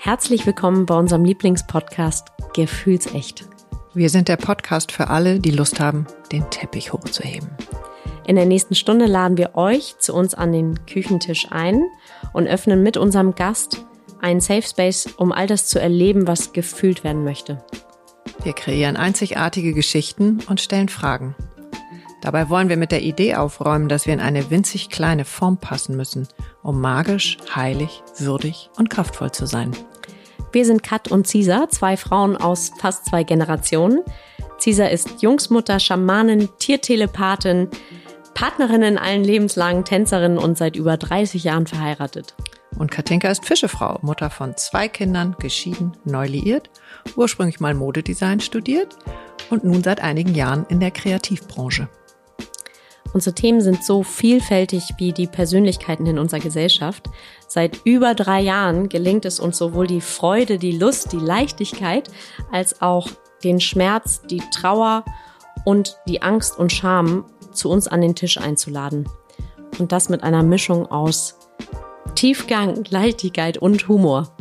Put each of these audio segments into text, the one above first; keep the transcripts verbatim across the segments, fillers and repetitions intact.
Herzlich willkommen bei unserem Lieblingspodcast Gefühlsecht. Wir sind der Podcast für alle, die Lust haben, den Teppich hochzuheben. In der nächsten Stunde laden wir euch zu uns an den Küchentisch ein und öffnen mit unserem Gast einen Safe Space, um all das zu erleben, was gefühlt werden möchte. Wir kreieren einzigartige Geschichten und stellen Fragen. Dabei wollen wir mit der Idee aufräumen, dass wir in eine winzig kleine Form passen müssen, um magisch, heilig, würdig und kraftvoll zu sein. Wir sind Kat und Cisa, zwei Frauen aus fast zwei Generationen. Cisa ist Jungsmutter, Schamanin, Tiertelepathin, Partnerin in allen Lebenslagen, Tänzerin und seit über dreißig Jahren verheiratet. Und Katinka ist Fischefrau, Mutter von zwei Kindern, geschieden, neu liiert, ursprünglich mal Modedesign studiert und nun seit einigen Jahren in der Kreativbranche. Unsere Themen sind so vielfältig wie die Persönlichkeiten in unserer Gesellschaft. Seit über drei Jahren gelingt es uns sowohl die Freude, die Lust, die Leichtigkeit, als auch den Schmerz, die Trauer und die Angst und Scham zu uns an den Tisch einzuladen. Und das mit einer Mischung aus Tiefgang, Leichtigkeit und Humor.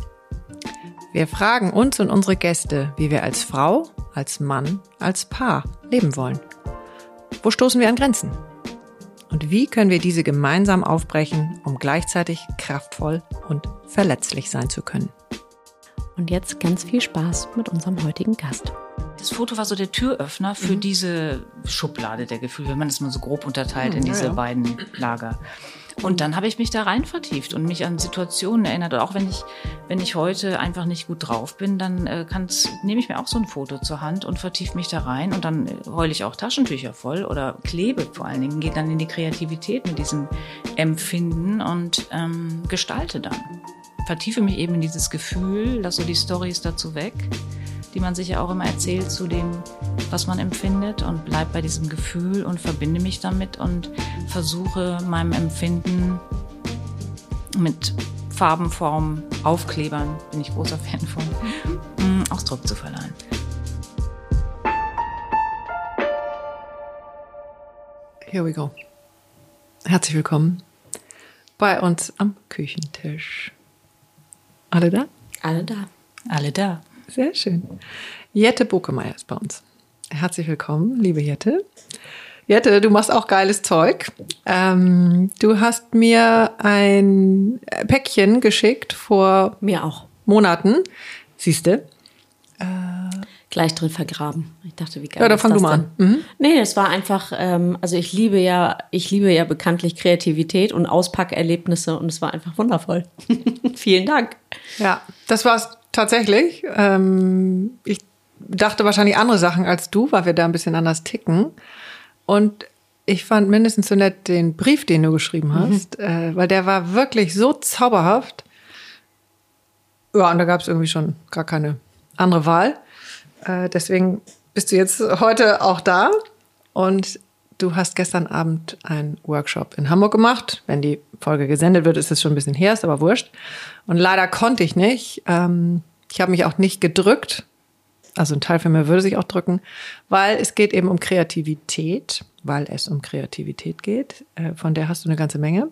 Wir fragen uns und unsere Gäste, wie wir als Frau, als Mann, als Paar leben wollen. Wo stoßen wir an Grenzen? Und wie können wir diese gemeinsam aufbrechen, um gleichzeitig kraftvoll und verletzlich sein zu können? Und jetzt ganz viel Spaß mit unserem heutigen Gast. Das Foto war so der Türöffner für mhm. diese Schublade der Gefühle, wenn man das mal so grob unterteilt mhm, in diese ja, ja. beiden Lager. Und dann habe ich mich da rein vertieft und mich an Situationen erinnert. Und auch wenn ich, wenn ich heute einfach nicht gut drauf bin, dann äh, kann's, nehme ich mir auch so ein Foto zur Hand und vertiefe mich da rein. Und dann heule ich auch Taschentücher voll oder klebe vor allen Dingen, gehe dann in die Kreativität mit diesem Empfinden und ähm, gestalte dann. Vertiefe mich eben in dieses Gefühl, lasse so die Storys dazu weg, die man sich ja auch immer erzählt zu dem, was man empfindet, und bleib bei diesem Gefühl und verbinde mich damit und versuche meinem Empfinden mit Farben, Formen, Aufklebern, bin ich großer Fan von, mhm. Ausdruck zu verleihen. Here we go. Herzlich willkommen bei uns am Küchentisch. Alle da? Alle da. Alle da. Sehr schön. Jette Bokemeyer ist bei uns. Herzlich willkommen, liebe Jette. Jette, du machst auch geiles Zeug. Ähm, du hast mir ein Päckchen geschickt vor mir auch Monaten. Siehste? Äh, Gleich drin vergraben. Ich dachte, wie geil ja, dann ist fang das du mal denn? an. Mhm. Nee, es war einfach, ähm, also ich liebe ja, ich liebe ja bekanntlich Kreativität und Auspackerlebnisse und es war einfach wundervoll. Vielen Dank. Ja, das war's tatsächlich. Ähm, ich dachte wahrscheinlich andere Sachen als du, weil wir da ein bisschen anders ticken. Und ich fand mindestens so nett den Brief, den du geschrieben hast, mhm. äh, weil der war wirklich so zauberhaft. Ja, und da gab es irgendwie schon gar keine andere Wahl. Äh, deswegen bist du jetzt heute auch da. Und du hast gestern Abend einen Workshop in Hamburg gemacht. Wenn die Folge gesendet wird, ist es schon ein bisschen her, ist aber wurscht. Und leider konnte ich nicht. Ähm, ich habe mich auch nicht gedrückt. Also ein Teil von mir würde sich auch drücken, weil es geht eben um Kreativität, weil es um Kreativität geht. Äh, von der hast du eine ganze Menge.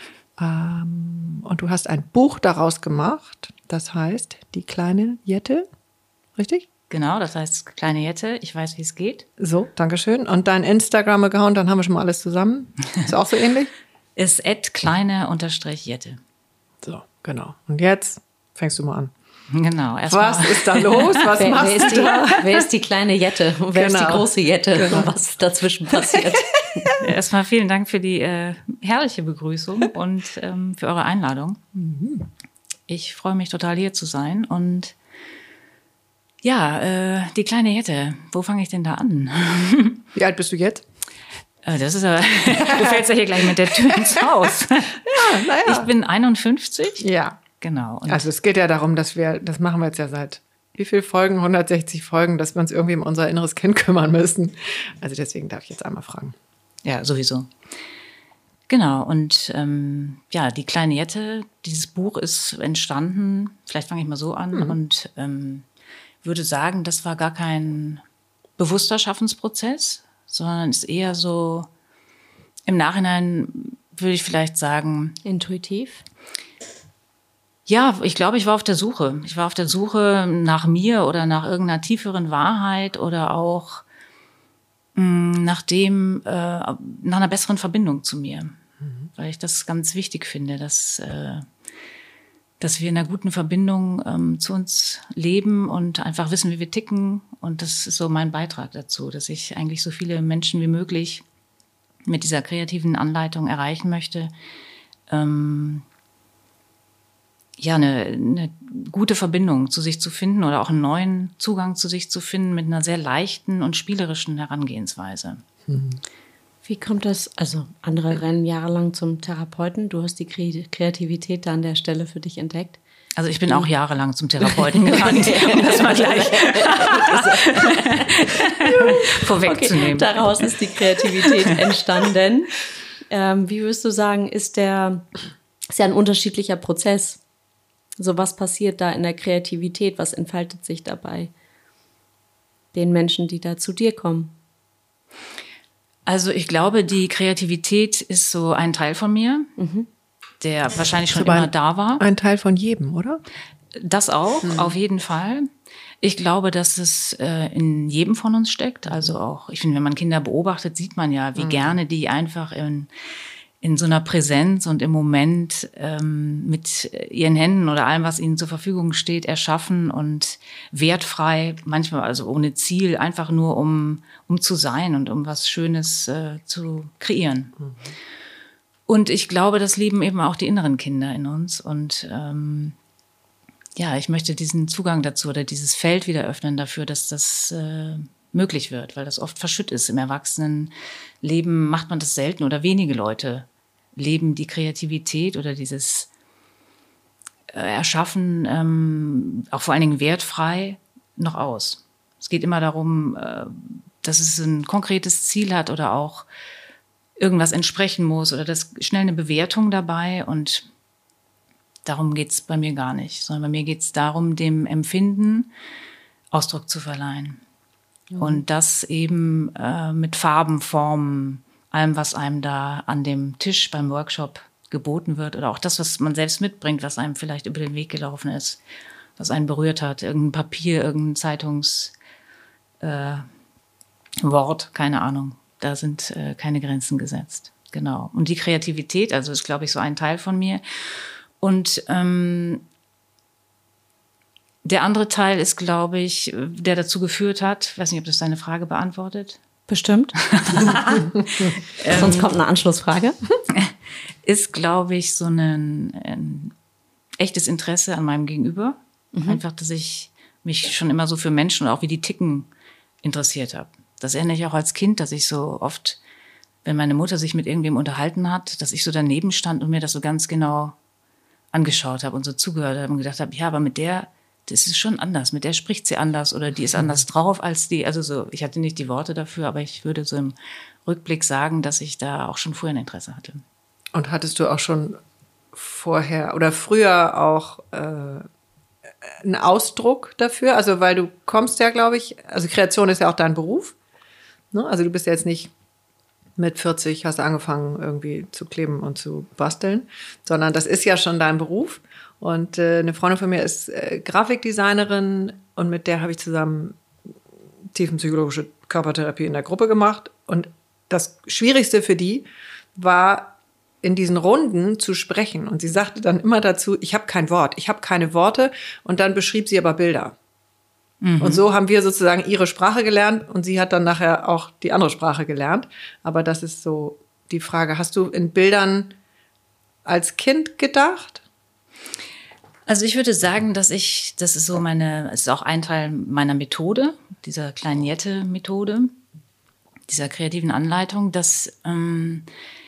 Ähm, und du hast ein Buch daraus gemacht, das heißt Die kleine Jette, richtig? Genau, das heißt kleine Jette, ich weiß, wie es geht. So, Dankeschön. Und dein Instagram-Account, dann haben wir schon mal alles zusammen. Ist auch so ähnlich? Ist at kleine unterstrich Jette. So, genau. Und jetzt fängst du mal an. Genau. Erst was mal. Ist da los? Was wer, machst wer ist du die, da? Wer ist die kleine Jette und wer genau. ist die große Jette genau. und was ist dazwischen passiert? Erstmal vielen Dank für die äh, herrliche Begrüßung und ähm, für eure Einladung. Mhm. Ich freue mich total, hier zu sein. Und ja, äh, die kleine Jette, wo fange ich denn da an? Wie alt bist du jetzt? Äh, das ist aber, du fällst ja hier gleich mit der Tür ins Haus. Ja, naja. Ich bin einundfünfzig. Ja. Genau. Und also es geht ja darum, dass wir, das machen wir jetzt ja seit wie viel Folgen, hundertsechzig Folgen, dass wir uns irgendwie um unser inneres Kind kümmern müssen. Also deswegen darf ich jetzt einmal fragen. Ja, sowieso. Genau, und ähm, ja, die kleine Jette, dieses Buch ist entstanden, vielleicht fange ich mal so an, mhm. und ähm, würde sagen, das war gar kein bewusster Schaffensprozess, sondern ist eher so, im Nachhinein würde ich vielleicht sagen... Intuitiv? Ja, ich glaube, ich war auf der Suche. Ich war auf der Suche nach mir oder nach irgendeiner tieferen Wahrheit oder auch mh, nach dem, äh, nach einer besseren Verbindung zu mir. Mhm. Weil ich das ganz wichtig finde, dass, äh, dass wir in einer guten Verbindung ähm, zu uns leben und einfach wissen, wie wir ticken. Und das ist so mein Beitrag dazu, dass ich eigentlich so viele Menschen wie möglich mit dieser kreativen Anleitung erreichen möchte. Ähm, ja, eine, eine gute Verbindung zu sich zu finden oder auch einen neuen Zugang zu sich zu finden mit einer sehr leichten und spielerischen Herangehensweise. Mhm. Wie kommt das, also andere rennen jahrelang zum Therapeuten, du hast die Kreativität da an der Stelle für dich entdeckt? Also ich bin auch jahrelang zum Therapeuten gerannt, um das mal gleich vorwegzunehmen. Okay, daraus ist die Kreativität entstanden. Ähm, wie würdest du sagen, ist der, ist ja ein unterschiedlicher Prozess. So, was passiert da in der Kreativität? Was entfaltet sich dabei den Menschen, die da zu dir kommen? Also ich glaube, die Kreativität ist so ein Teil von mir, mhm. der wahrscheinlich schon immer ein, da war. Ein Teil von jedem, oder? Das auch, mhm. auf jeden Fall. Ich glaube, dass es äh, in jedem von uns steckt. Also auch, ich finde, wenn man Kinder beobachtet, sieht man ja, wie mhm. gerne die einfach in in so einer Präsenz und im Moment ähm, mit ihren Händen oder allem, was ihnen zur Verfügung steht, erschaffen und wertfrei, manchmal also ohne Ziel, einfach nur um um zu sein und um was Schönes äh, zu kreieren. Mhm. Und ich glaube, das lieben eben auch die inneren Kinder in uns und ähm, ja, ich möchte diesen Zugang dazu oder dieses Feld wieder öffnen dafür, dass das äh, möglich wird, weil das oft verschütt ist. Im Erwachsenenleben macht man das selten oder wenige Leute leben die Kreativität oder dieses äh, Erschaffen, ähm, auch vor allen Dingen wertfrei, noch aus. Es geht immer darum, äh, dass es ein konkretes Ziel hat oder auch irgendwas entsprechen muss oder das schnell eine Bewertung dabei und darum geht's bei mir gar nicht, sondern bei mir geht's darum, dem Empfinden Ausdruck zu verleihen. Mhm. Und das eben äh, mit Farben, Formen, allem, was einem da an dem Tisch beim Workshop geboten wird oder auch das, was man selbst mitbringt, was einem vielleicht über den Weg gelaufen ist, was einen berührt hat, irgendein Papier, irgendein Zeitungswort, äh, keine Ahnung. Da sind äh, keine Grenzen gesetzt. Genau. Und die Kreativität, also ist, glaube ich, so ein Teil von mir. Und ähm, der andere Teil ist, glaube ich, der dazu geführt hat, ich weiß nicht, ob das deine Frage beantwortet. Bestimmt. Sonst kommt eine Anschlussfrage. Ist, glaube ich, so ein, ein echtes Interesse an meinem Gegenüber. Mhm. Einfach, dass ich mich schon immer so für Menschen und auch wie die ticken interessiert habe. Das erinnere ich auch als Kind, dass ich so oft, wenn meine Mutter sich mit irgendwem unterhalten hat, dass ich so daneben stand und mir das so ganz genau angeschaut habe und so zugehört habe und gedacht habe, ja, aber mit der, das ist schon anders, mit der spricht sie anders oder die ist anders drauf als die, also so, ich hatte nicht die Worte dafür, aber ich würde so im Rückblick sagen, dass ich da auch schon früher ein Interesse hatte. Und hattest du auch schon vorher oder früher auch äh, einen Ausdruck dafür? Also weil du kommst ja, glaube ich, also Kreation ist ja auch dein Beruf, ne? Also du bist ja jetzt nicht mit vierzig hast du angefangen irgendwie zu kleben und zu basteln, sondern das ist ja schon dein Beruf. Und äh, eine Freundin von mir ist äh, Grafikdesignerin und mit der habe ich zusammen tiefenpsychologische Körpertherapie in der Gruppe gemacht. Und das Schwierigste für die war, in diesen Runden zu sprechen. Und sie sagte dann immer dazu, ich habe kein Wort, ich habe keine Worte. Und dann beschrieb sie aber Bilder. Mhm. Und so haben wir sozusagen ihre Sprache gelernt und sie hat dann nachher auch die andere Sprache gelernt. Aber das ist so die Frage, hast du in Bildern als Kind gedacht? Also ich würde sagen, dass ich, das ist so meine, es ist auch ein Teil meiner Methode, dieser Klein-Jette-Methode, dieser kreativen Anleitung, dass ähm,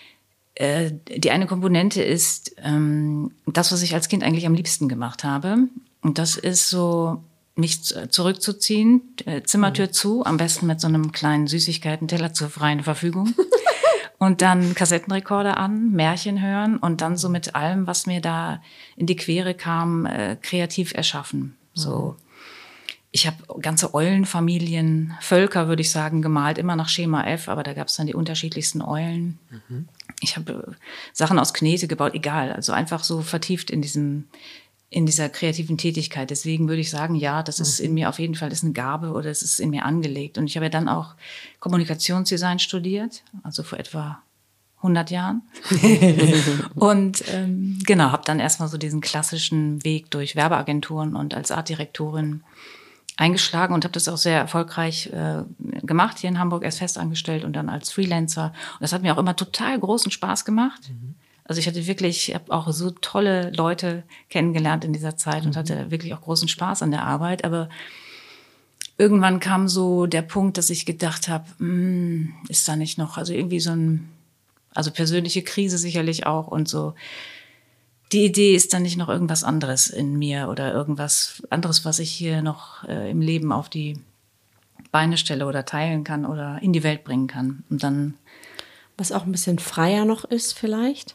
äh, die eine Komponente ist ähm, das, was ich als Kind eigentlich am liebsten gemacht habe. Und das ist so, mich zurückzuziehen, äh, Zimmertür mhm. zu, am besten mit so einem kleinen Süßigkeiten-Teller zur freien Verfügung. Und dann Kassettenrekorder an, Märchen hören und dann so mit allem, was mir da in die Quere kam, äh, kreativ erschaffen. So, ich habe ganze Eulenfamilien, Völker, würde ich sagen, gemalt, immer nach Schema F, aber da gab es dann die unterschiedlichsten Eulen. Mhm. Ich habe äh, Sachen aus Knete gebaut, egal, also einfach so vertieft in diesem in dieser kreativen Tätigkeit. Deswegen würde ich sagen, ja, das ist in mir auf jeden Fall, das ist eine Gabe oder es ist in mir angelegt. Und ich habe ja dann auch Kommunikationsdesign studiert, also vor etwa hundert Jahren. Und ähm, genau, habe dann erstmal so diesen klassischen Weg durch Werbeagenturen und als Artdirektorin eingeschlagen und habe das auch sehr erfolgreich äh, gemacht, hier in Hamburg, erst festangestellt und dann als Freelancer. Und das hat mir auch immer total großen Spaß gemacht. Mhm. Also ich hatte wirklich, ich habe auch so tolle Leute kennengelernt in dieser Zeit und hatte wirklich auch großen Spaß an der Arbeit. Aber irgendwann kam so der Punkt, dass ich gedacht habe, hm, ist da nicht noch, also irgendwie so ein, also persönliche Krise sicherlich auch und so. Die Idee ist dann nicht noch irgendwas anderes in mir oder irgendwas anderes, was ich hier noch äh, im Leben auf die Beine stelle oder teilen kann oder in die Welt bringen kann. Und dann, was auch ein bisschen freier noch ist vielleicht?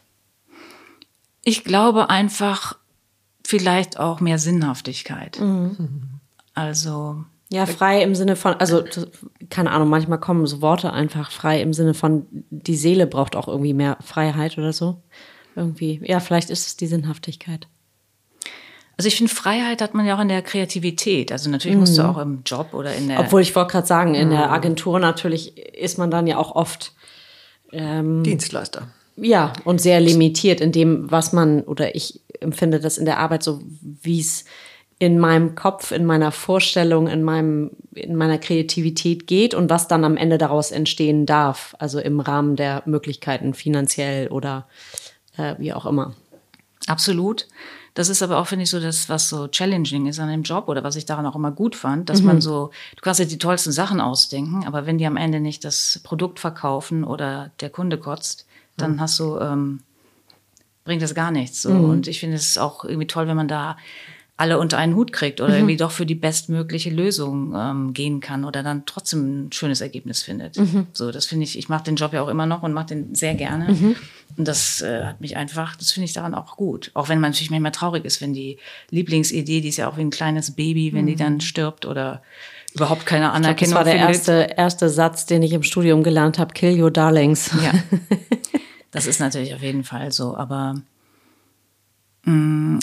Ich glaube einfach vielleicht auch mehr Sinnhaftigkeit. Mhm. Also ja, frei im Sinne von, also keine Ahnung, manchmal kommen so Worte einfach frei im Sinne von, die Seele braucht auch irgendwie mehr Freiheit oder so. Irgendwie, ja, vielleicht ist es die Sinnhaftigkeit. Also ich finde, Freiheit hat man ja auch in der Kreativität. Also natürlich mhm. musst du auch im Job oder in der... Obwohl, ich wollte gerade sagen, in mhm. der Agentur natürlich ist man dann ja auch oft... Ähm, Dienstleister. Ja, und sehr limitiert in dem, was man, oder ich empfinde das in der Arbeit so, wie es in meinem Kopf, in meiner Vorstellung, in meinem, in meiner Kreativität geht und was dann am Ende daraus entstehen darf. Also im Rahmen der Möglichkeiten finanziell oder äh, wie auch immer. Absolut. Das ist aber auch, finde ich, so das, was so challenging ist an dem Job oder was ich daran auch immer gut fand, dass mhm. man so, du kannst dir die tollsten Sachen ausdenken, aber wenn die am Ende nicht das Produkt verkaufen oder der Kunde kotzt, dann hast du, ähm, bringt das gar nichts. So. Mhm. Und ich finde es auch irgendwie toll, wenn man da alle unter einen Hut kriegt oder mhm. irgendwie doch für die bestmögliche Lösung ähm, gehen kann oder dann trotzdem ein schönes Ergebnis findet. Mhm. So, das finde ich, ich mache den Job ja auch immer noch und mache den sehr gerne. Mhm. Und das äh, hat mich einfach, das finde ich daran auch gut. Auch wenn man natürlich manchmal traurig ist, wenn die Lieblingsidee, die ist ja auch wie ein kleines Baby, wenn mhm. die dann stirbt oder überhaupt keine Anerkennung findet. Das war der erste, erste Satz, den ich im Studium gelernt habe, kill your darlings. Ja, das ist natürlich auf jeden Fall so, aber mh,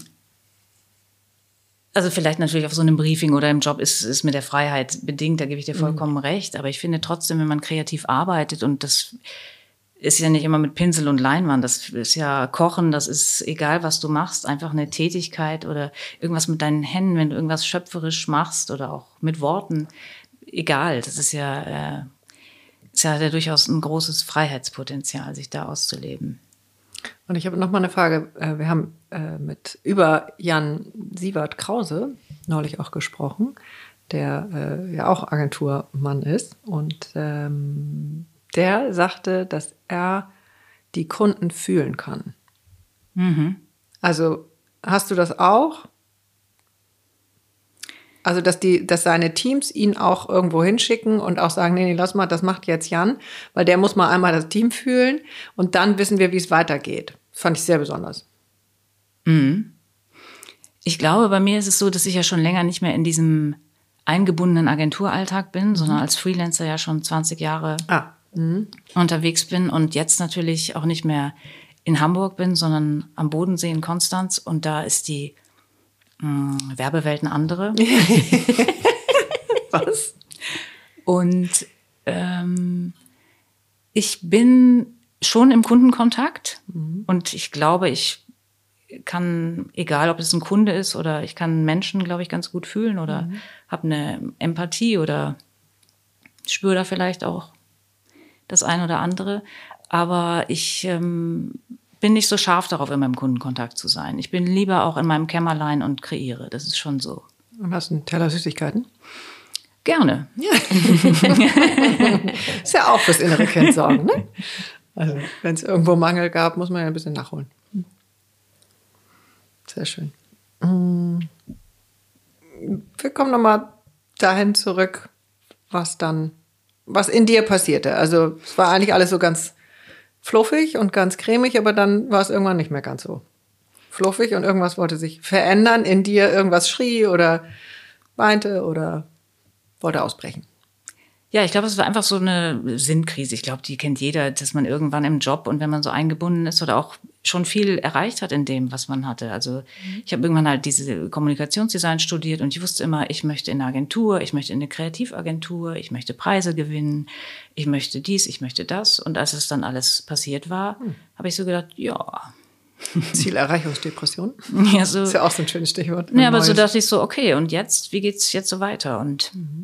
also vielleicht natürlich auf so einem Briefing oder im Job ist es mit der Freiheit bedingt, da gebe ich dir vollkommen mhm. recht, aber ich finde trotzdem, wenn man kreativ arbeitet und das ist ja nicht immer mit Pinsel und Leinwand, das ist ja Kochen, das ist egal, was du machst, einfach eine Tätigkeit oder irgendwas mit deinen Händen, wenn du irgendwas schöpferisch machst oder auch mit Worten, egal, das ist ja, äh, ist ja, ja durchaus ein großes Freiheitspotenzial, sich da auszuleben. Und ich habe noch mal eine Frage. Wir haben mit über Jan Siewert Krause neulich auch gesprochen, der ja auch Agenturmann ist. Und ähm, der sagte, dass er die Kunden fühlen kann. Mhm. Also hast du das auch? Also, dass die, dass seine Teams ihn auch irgendwo hinschicken und auch sagen, nee, nee, lass mal, das macht jetzt Jan, weil der muss mal einmal das Team fühlen und dann wissen wir, wie es weitergeht. Das fand ich sehr besonders. Mhm. Ich glaube, bei mir ist es so, dass ich ja schon länger nicht mehr in diesem eingebundenen Agenturalltag bin, mhm. sondern als Freelancer ja schon zwanzig Jahre ah. mhm. unterwegs bin und jetzt natürlich auch nicht mehr in Hamburg bin, sondern am Bodensee in Konstanz und da ist die mh, Werbewelt eine andere. Was? Und ähm, ich bin schon im Kundenkontakt mhm. und ich glaube, ich kann, egal ob es ein Kunde ist oder ich kann Menschen, glaube ich, ganz gut fühlen oder mhm. habe eine Empathie oder spüre da vielleicht auch das eine oder andere. Aber ich ähm, bin nicht so scharf darauf, immer im Kundenkontakt zu sein. Ich bin lieber auch in meinem Kämmerlein und kreiere. Das ist schon so. Und hast du einen Teller Süßigkeiten? Gerne. Ja. Ist ja auch fürs innere Kind sorgen, ne? Also, wenn es irgendwo Mangel gab, muss man ja ein bisschen nachholen. Sehr schön. Wir kommen nochmal dahin zurück, was dann, was in dir passierte. Also, es war eigentlich alles so ganz fluffig und ganz cremig, aber dann war es irgendwann nicht mehr ganz so fluffig und irgendwas wollte sich verändern in dir. Irgendwas schrie oder weinte oder wollte ausbrechen. Ja, ich glaube, es war einfach so eine Sinnkrise. Ich glaube, die kennt jeder, dass man irgendwann im Job und wenn man so eingebunden ist oder auch schon viel erreicht hat in dem, was man hatte. Also ich habe irgendwann halt diese Kommunikationsdesign studiert und ich wusste immer, ich möchte in eine Agentur, ich möchte in eine Kreativagentur, ich möchte Preise gewinnen, ich möchte dies, ich möchte das. Und als es dann alles passiert war, hm. habe ich so gedacht, ja. Zielerreichungsdepression? Ja, so, das ist ja auch so ein schönes Stichwort. Ja, aber Neues. So dachte ich so, okay, und jetzt, wie geht's jetzt so weiter? Und mhm.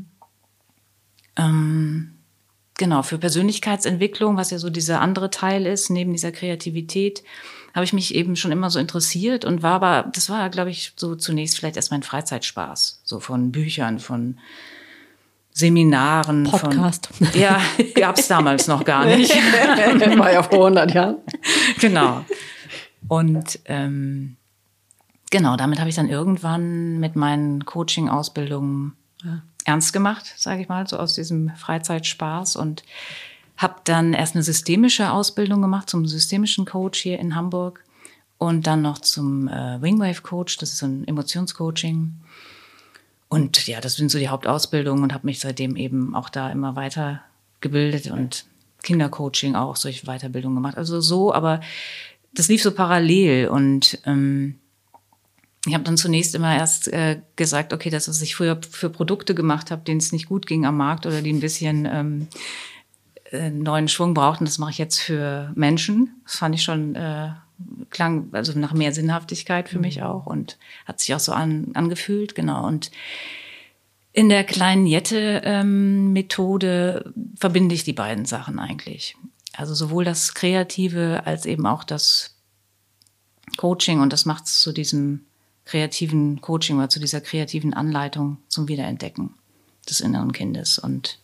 ähm, genau, für Persönlichkeitsentwicklung, was ja so dieser andere Teil ist, neben dieser Kreativität, habe ich mich eben schon immer so interessiert und war aber, das war, glaube ich, so zunächst vielleicht erst mein Freizeitspaß, so von Büchern, von Seminaren. Podcast. Von, ja, gab es damals noch gar nicht. War ja vor hundert Jahren. Genau. Und ähm, genau, damit habe ich dann irgendwann mit meinen Coaching-Ausbildungen ja. ernst gemacht, sage ich mal, so aus diesem Freizeitspaß und habe dann erst eine systemische Ausbildung gemacht zum systemischen Coach hier in Hamburg und dann noch zum äh, Wingwave Coach, das ist so ein Emotionscoaching. Und ja, das sind so die Hauptausbildungen und habe mich seitdem eben auch da immer weiter gebildet und Kindercoaching auch, solche Weiterbildungen gemacht. Also so, aber das lief so parallel und ähm, ich habe dann zunächst immer erst äh, gesagt, okay, das, was ich früher für Produkte gemacht habe, denen es nicht gut ging am Markt oder die ein bisschen ähm, äh, neuen Schwung brauchten, das mache ich jetzt für Menschen. Das fand ich schon, äh, klang also nach mehr Sinnhaftigkeit für mhm. mich auch und hat sich auch so an, angefühlt, genau. Und in der kleinen Jette-Methode ähm, verbinde ich die beiden Sachen eigentlich. Also sowohl das Kreative als eben auch das Coaching und das macht es zu diesem kreativen Coaching oder zu dieser kreativen Anleitung zum Wiederentdecken des inneren Kindes. Und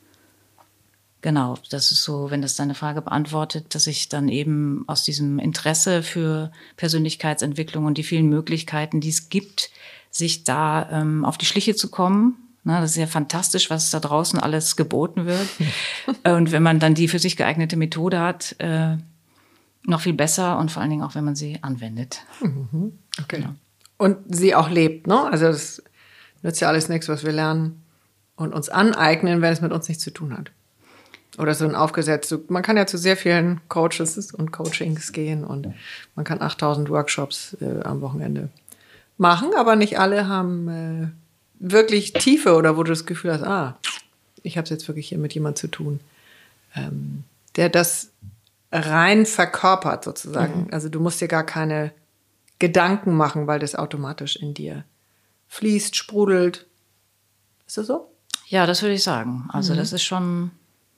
genau, das ist so, wenn das deine Frage beantwortet, dass ich dann eben aus diesem Interesse für Persönlichkeitsentwicklung und die vielen Möglichkeiten, die es gibt, sich da ähm, auf die Schliche zu kommen. Na, das ist ja fantastisch, was da draußen alles geboten wird. Und wenn man dann die für sich geeignete Methode hat, äh, noch viel besser und vor allen Dingen auch, wenn man sie anwendet. Mhm. Okay. Genau. Und sie auch lebt, ne? Also das nützt ja alles nichts, was wir lernen und uns aneignen, wenn es mit uns nichts zu tun hat. Oder so ein aufgesetzt. Man kann ja zu sehr vielen Coaches und Coachings gehen und man kann achttausend Workshops äh, am Wochenende machen, aber nicht alle haben äh, wirklich Tiefe oder wo du das Gefühl hast, ah, ich habe es jetzt wirklich hier mit jemandem zu tun, ähm, der das rein verkörpert sozusagen. Mhm. Also du musst dir gar keine Gedanken machen, weil das automatisch in dir fließt, sprudelt. Ist das so? Ja, das würde ich sagen. Also mhm. das ist schon,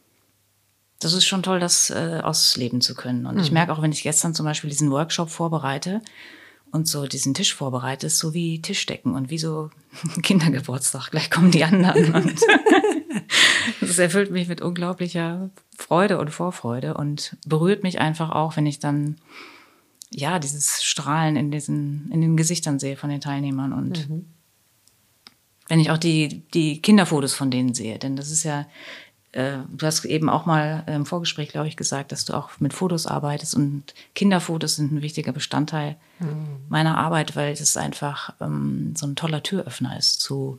das ist schon toll, das äh, ausleben zu können. Und mhm. ich merke auch, wenn ich gestern zum Beispiel diesen Workshop vorbereite und so diesen Tisch vorbereite, ist so wie Tischdecken und wie so Kindergeburtstag. Gleich kommen die anderen. Und das erfüllt mich mit unglaublicher Freude und Vorfreude und berührt mich einfach auch, wenn ich dann ja dieses Strahlen in diesen in den Gesichtern sehe von den Teilnehmern und mhm. wenn ich auch die die Kinderfotos von denen sehe, denn das ist ja äh, du hast eben auch mal im Vorgespräch, glaube ich, gesagt, dass du auch mit Fotos arbeitest und Kinderfotos sind ein wichtiger Bestandteil mhm. meiner Arbeit, weil das einfach ähm, so ein toller Türöffner ist zu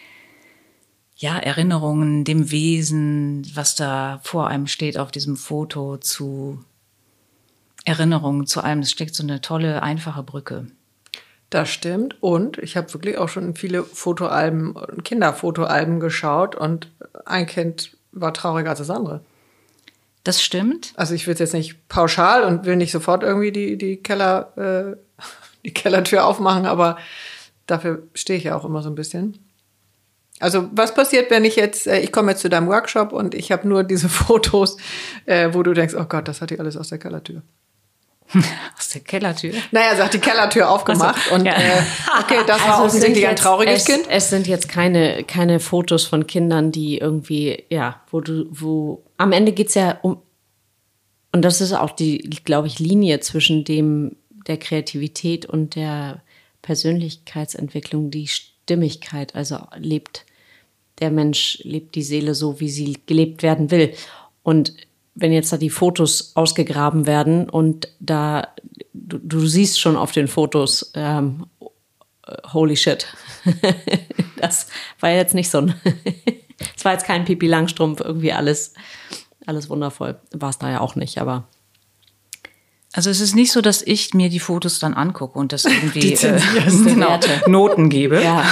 ja, Erinnerungen, dem Wesen, was da vor einem steht auf diesem Foto, zu Erinnerungen zu allem. Es steckt so eine tolle, einfache Brücke. Das stimmt. Und ich habe wirklich auch schon viele Fotoalben, Kinderfotoalben geschaut und ein Kind war trauriger als das andere. Das stimmt. Also ich will es jetzt nicht pauschal und will nicht sofort irgendwie die, die, Keller, äh, die Kellertür aufmachen, aber dafür stehe ich ja auch immer so ein bisschen. Also was passiert, wenn ich jetzt, äh, ich komme jetzt zu deinem Workshop und ich habe nur diese Fotos, äh, wo du denkst, oh Gott, das hat die alles aus der Kellertür. Aus der Kellertür? Naja, sagt die Kellertür aufgemacht also, und ja. äh, okay, das war also offensichtlich ein trauriges es, Kind. Es sind jetzt keine, keine Fotos von Kindern, die irgendwie, ja, wo du, wo, am Ende geht's ja um, und das ist auch die, glaube ich, Linie zwischen dem, der Kreativität und der Persönlichkeitsentwicklung, die Stimmigkeit, also lebt der Mensch, lebt die Seele so, wie sie gelebt werden will. Und wenn jetzt da die Fotos ausgegraben werden und da, du, du siehst schon auf den Fotos, ähm, holy shit, das war jetzt nicht so ein, das Es war jetzt kein Pipi Langstrumpf, irgendwie alles, alles wundervoll. War es da ja auch nicht, aber... Also es ist nicht so, dass ich mir die Fotos dann angucke und das irgendwie äh, genau, Noten gebe. Ja.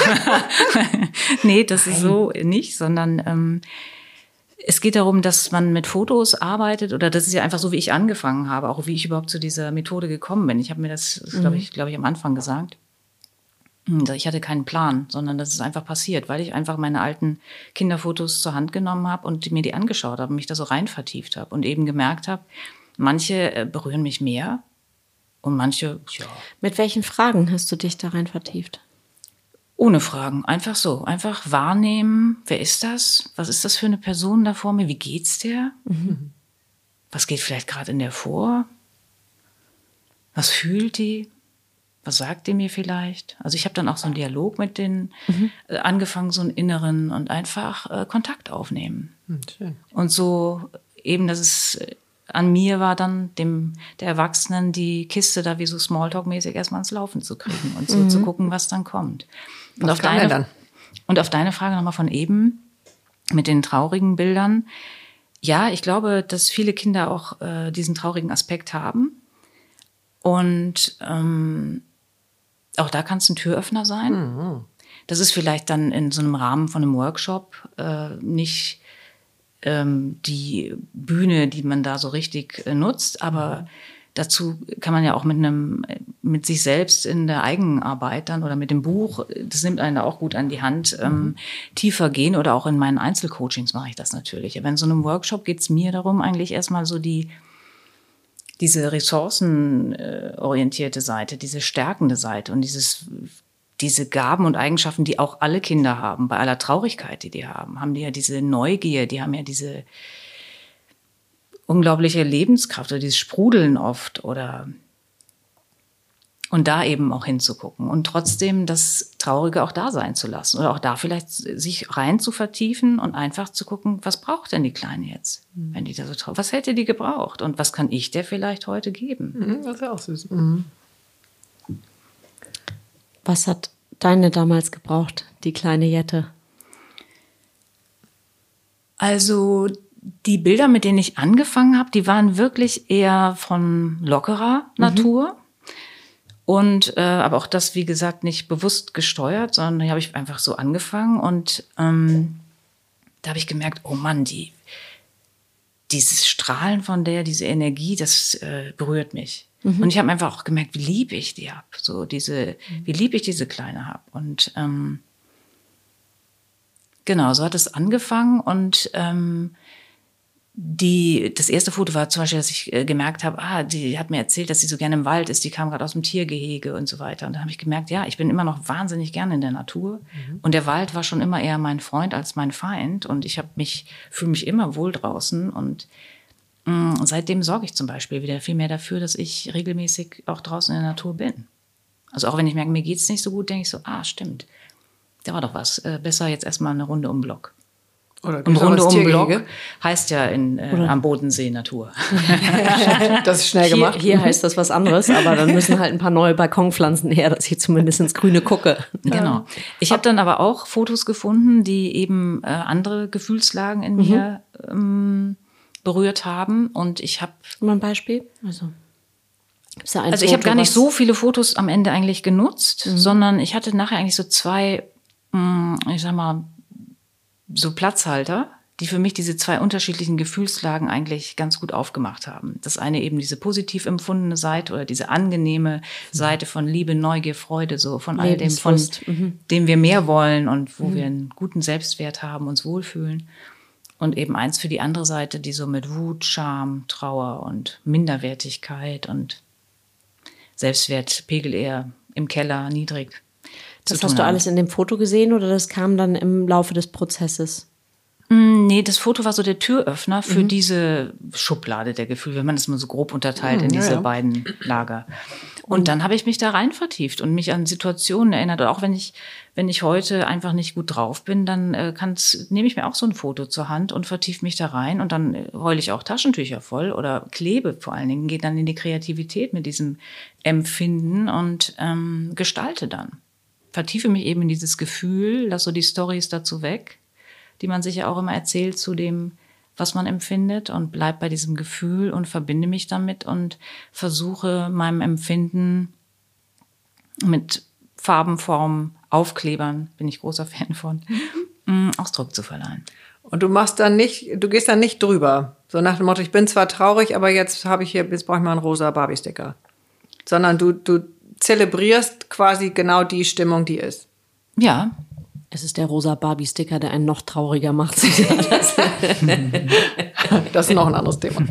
Nee, das ist so nicht, sondern ähm, es geht darum, dass man mit Fotos arbeitet oder das ist ja einfach so, wie ich angefangen habe, auch wie ich überhaupt zu dieser Methode gekommen bin. Ich habe mir das, das glaube ich, glaube ich, am Anfang gesagt. Ich hatte keinen Plan, sondern das ist einfach passiert, weil ich einfach meine alten Kinderfotos zur Hand genommen habe und mir die angeschaut habe und mich da so rein vertieft habe und eben gemerkt habe, manche berühren mich mehr und manche, ja. Mit welchen Fragen hast du dich da rein vertieft? Ohne Fragen, einfach so. Einfach wahrnehmen, wer ist das? Was ist das für eine Person da vor mir? Wie geht's der? Mhm. Was geht vielleicht gerade in der vor? Was fühlt die? Was sagt die mir vielleicht? Also ich habe dann auch so einen Dialog mit denen mhm. äh, angefangen, so einen inneren und einfach äh, Kontakt aufnehmen. Mhm, schön. Und so eben, dass es äh, an mir war dann, dem der Erwachsenen, die Kiste da wie so Smalltalk-mäßig erstmal ins Laufen zu kriegen und so mhm. zu gucken, was dann kommt. Und was auf kam deine, dann? Und auf deine Frage nochmal von eben mit den traurigen Bildern. Ja, ich glaube, dass viele Kinder auch äh, diesen traurigen Aspekt haben. Und ähm, auch da kann es ein Türöffner sein. Mhm. Das ist vielleicht dann in so einem Rahmen von einem Workshop äh, nicht ähm, die Bühne, die man da so richtig äh, nutzt, aber mhm. dazu kann man ja auch mit einem, mit sich selbst in der Eigenarbeit dann oder mit dem Buch, das nimmt einen da auch gut an die Hand, ähm, mhm. tiefer gehen oder auch in meinen Einzelcoachings mache ich das natürlich. Aber in so einem Workshop geht es mir darum, eigentlich erstmal so die diese ressourcenorientierte Seite, diese stärkende Seite und dieses, diese Gaben und Eigenschaften, die auch alle Kinder haben, bei aller Traurigkeit, die die haben, haben die ja diese Neugier, die haben ja diese unglaubliche Lebenskraft oder dieses Sprudeln oft oder und da eben auch hinzugucken und trotzdem das Traurige auch da sein zu lassen oder auch da vielleicht sich rein zu vertiefen und einfach zu gucken, was braucht denn die Kleine jetzt, mhm. wenn die da so traurig, was hätte die gebraucht und was kann ich der vielleicht heute geben? Mhm, das ist ja auch süß. Mhm. Was hat deine damals gebraucht, die kleine Jette? Also die Bilder, mit denen ich angefangen habe, die waren wirklich eher von lockerer mhm. Natur. Und äh, aber auch das, wie gesagt, nicht bewusst gesteuert, sondern da habe ich einfach so angefangen und ähm, da habe ich gemerkt, oh Mann, die, dieses Strahlen von der, diese Energie, das äh, berührt mich. Mhm. Und ich habe einfach auch gemerkt, wie lieb ich die habe, so diese, mhm. wie lieb ich diese Kleine habe. Und ähm, genau, so hat es angefangen und ähm, Die, das erste Foto war zum Beispiel, dass ich äh, gemerkt habe, ah, die hat mir erzählt, dass sie so gerne im Wald ist, die kam gerade aus dem Tiergehege und so weiter. Und dann habe ich gemerkt, ja, ich bin immer noch wahnsinnig gerne in der Natur. Mhm. Und der Wald war schon immer eher mein Freund als mein Feind. Und ich habe mich, fühle mich immer wohl draußen. Und mh, seitdem sorge ich zum Beispiel wieder viel mehr dafür, dass ich regelmäßig auch draußen in der Natur bin. Also auch wenn ich merke, mir geht's nicht so gut, denke ich so, ah, stimmt, da war doch was. Äh, besser jetzt erstmal eine Runde um den Block. Oder und Runde um Block heißt ja in, äh, am Bodensee Natur. Das ist schnell gemacht. Hier, hier heißt das was anderes, aber dann müssen halt ein paar neue Balkonpflanzen her, dass ich zumindest ins Grüne gucke. Genau. Ich habe dann aber auch Fotos gefunden, die eben äh, andere Gefühlslagen in mir ähm, berührt haben. Und ich habe mal ein Beispiel. Also, gibt's da ein also ich habe gar nicht so viele Fotos am Ende eigentlich genutzt, mhm. sondern ich hatte nachher eigentlich so zwei, mh, ich sag mal, so Platzhalter, die für mich diese zwei unterschiedlichen Gefühlslagen eigentlich ganz gut aufgemacht haben. Das eine eben diese positiv empfundene Seite oder diese angenehme Seite von Liebe, Neugier, Freude, so von all dem, von mhm. dem wir mehr wollen und wo mhm. wir einen guten Selbstwert haben, uns wohlfühlen. Und eben eins für die andere Seite, die so mit Wut, Scham, Trauer und Minderwertigkeit und Selbstwertpegel eher im Keller, niedrig. Das hast du alles in dem Foto gesehen oder das kam dann im Laufe des Prozesses? Nee, das Foto war so der Türöffner für mhm. diese Schublade der Gefühle, wenn man das mal so grob unterteilt mhm, in diese ja, ja. beiden Lager. Und mhm. dann habe ich mich da rein vertieft und mich an Situationen erinnert. Und auch wenn ich, wenn ich heute einfach nicht gut drauf bin, dann äh, kann's, nehme ich mir auch so ein Foto zur Hand und vertiefe mich da rein. Und dann heule ich auch Taschentücher voll oder klebe vor allen Dingen, gehe dann in die Kreativität mit diesem Empfinden und ähm, gestalte dann. Vertiefe mich eben in dieses Gefühl, lasse so die Storys dazu weg, die man sich ja auch immer erzählt zu dem, was man empfindet, und bleib bei diesem Gefühl und verbinde mich damit und versuche meinem Empfinden mit Farben, Formen, Aufklebern, bin ich großer Fan von, mhm. Ausdruck zu verleihen. Und du machst dann nicht, du gehst dann nicht drüber. So nach dem Motto, ich bin zwar traurig, aber jetzt habe ich hier, jetzt brauche ich mal einen rosa Barbie-Sticker. Sondern du, du zelebrierst quasi genau die Stimmung, die ist. Ja. Es ist der rosa Barbie-Sticker, der einen noch trauriger macht. Das ist noch ein anderes Thema.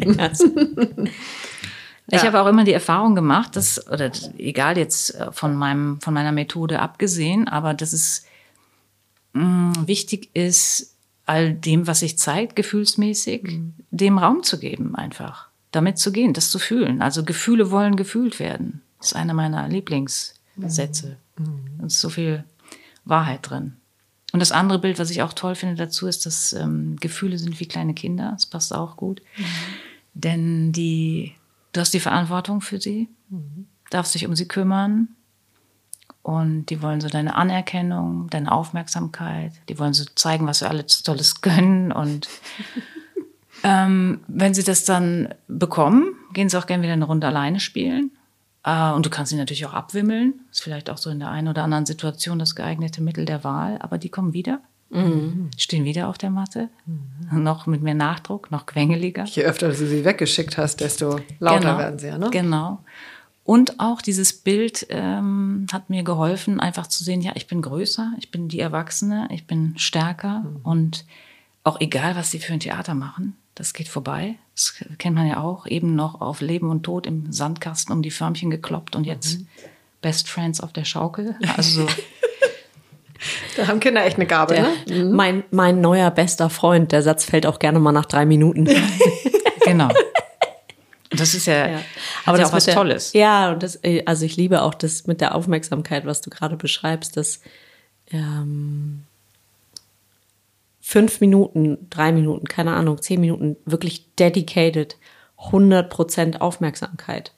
Ich ja. habe auch immer die Erfahrung gemacht, dass, oder egal jetzt von meinem, von meiner Methode abgesehen, aber dass es mh, wichtig ist, all dem, was sich zeigt, gefühlsmäßig, mhm. dem Raum zu geben, einfach. Damit zu gehen, das zu fühlen. Also Gefühle wollen gefühlt werden. Das ist einer meiner Lieblingssätze. Mhm. Da ist so viel Wahrheit drin. Und das andere Bild, was ich auch toll finde dazu, ist, dass ähm, Gefühle sind wie kleine Kinder. Das passt auch gut. Mhm. Denn die, du hast die Verantwortung für sie, mhm. darfst dich um sie kümmern. Und die wollen so deine Anerkennung, deine Aufmerksamkeit. Die wollen so zeigen, was sie alles Tolles können. Und ähm, wenn sie das dann bekommen, gehen sie auch gerne wieder eine Runde alleine spielen. Äh, und du kannst sie natürlich auch abwimmeln. Ist vielleicht auch so in der einen oder anderen Situation das geeignete Mittel der Wahl. Aber die kommen wieder, mhm. stehen wieder auf der Matte. Mhm. Noch mit mehr Nachdruck, noch quengeliger. Je öfter du sie weggeschickt hast, desto lauter genau. werden sie ja, ne? Genau. Und auch dieses Bild ähm, hat mir geholfen, einfach zu sehen, ja, ich bin größer, ich bin die Erwachsene, ich bin stärker. Mhm. Und auch egal, was die für ein Theater machen, das geht vorbei. Das kennt man ja auch. Eben noch auf Leben und Tod im Sandkasten um die Förmchen gekloppt und jetzt mhm. Best Friends auf der Schaukel. Also so. Da haben Kinder echt eine Gabe, der, ne? Mhm. Mein, mein neuer bester Freund, der Satz fällt auch gerne mal nach drei Minuten. Genau. Das ist ja, ja. aber das ist ja auch was der, Tolles. Ja, und das, also ich liebe auch das mit der Aufmerksamkeit, was du gerade beschreibst, dass ähm, fünf Minuten, drei Minuten, keine Ahnung, zehn Minuten, wirklich dedicated, hundert Prozent Aufmerksamkeit.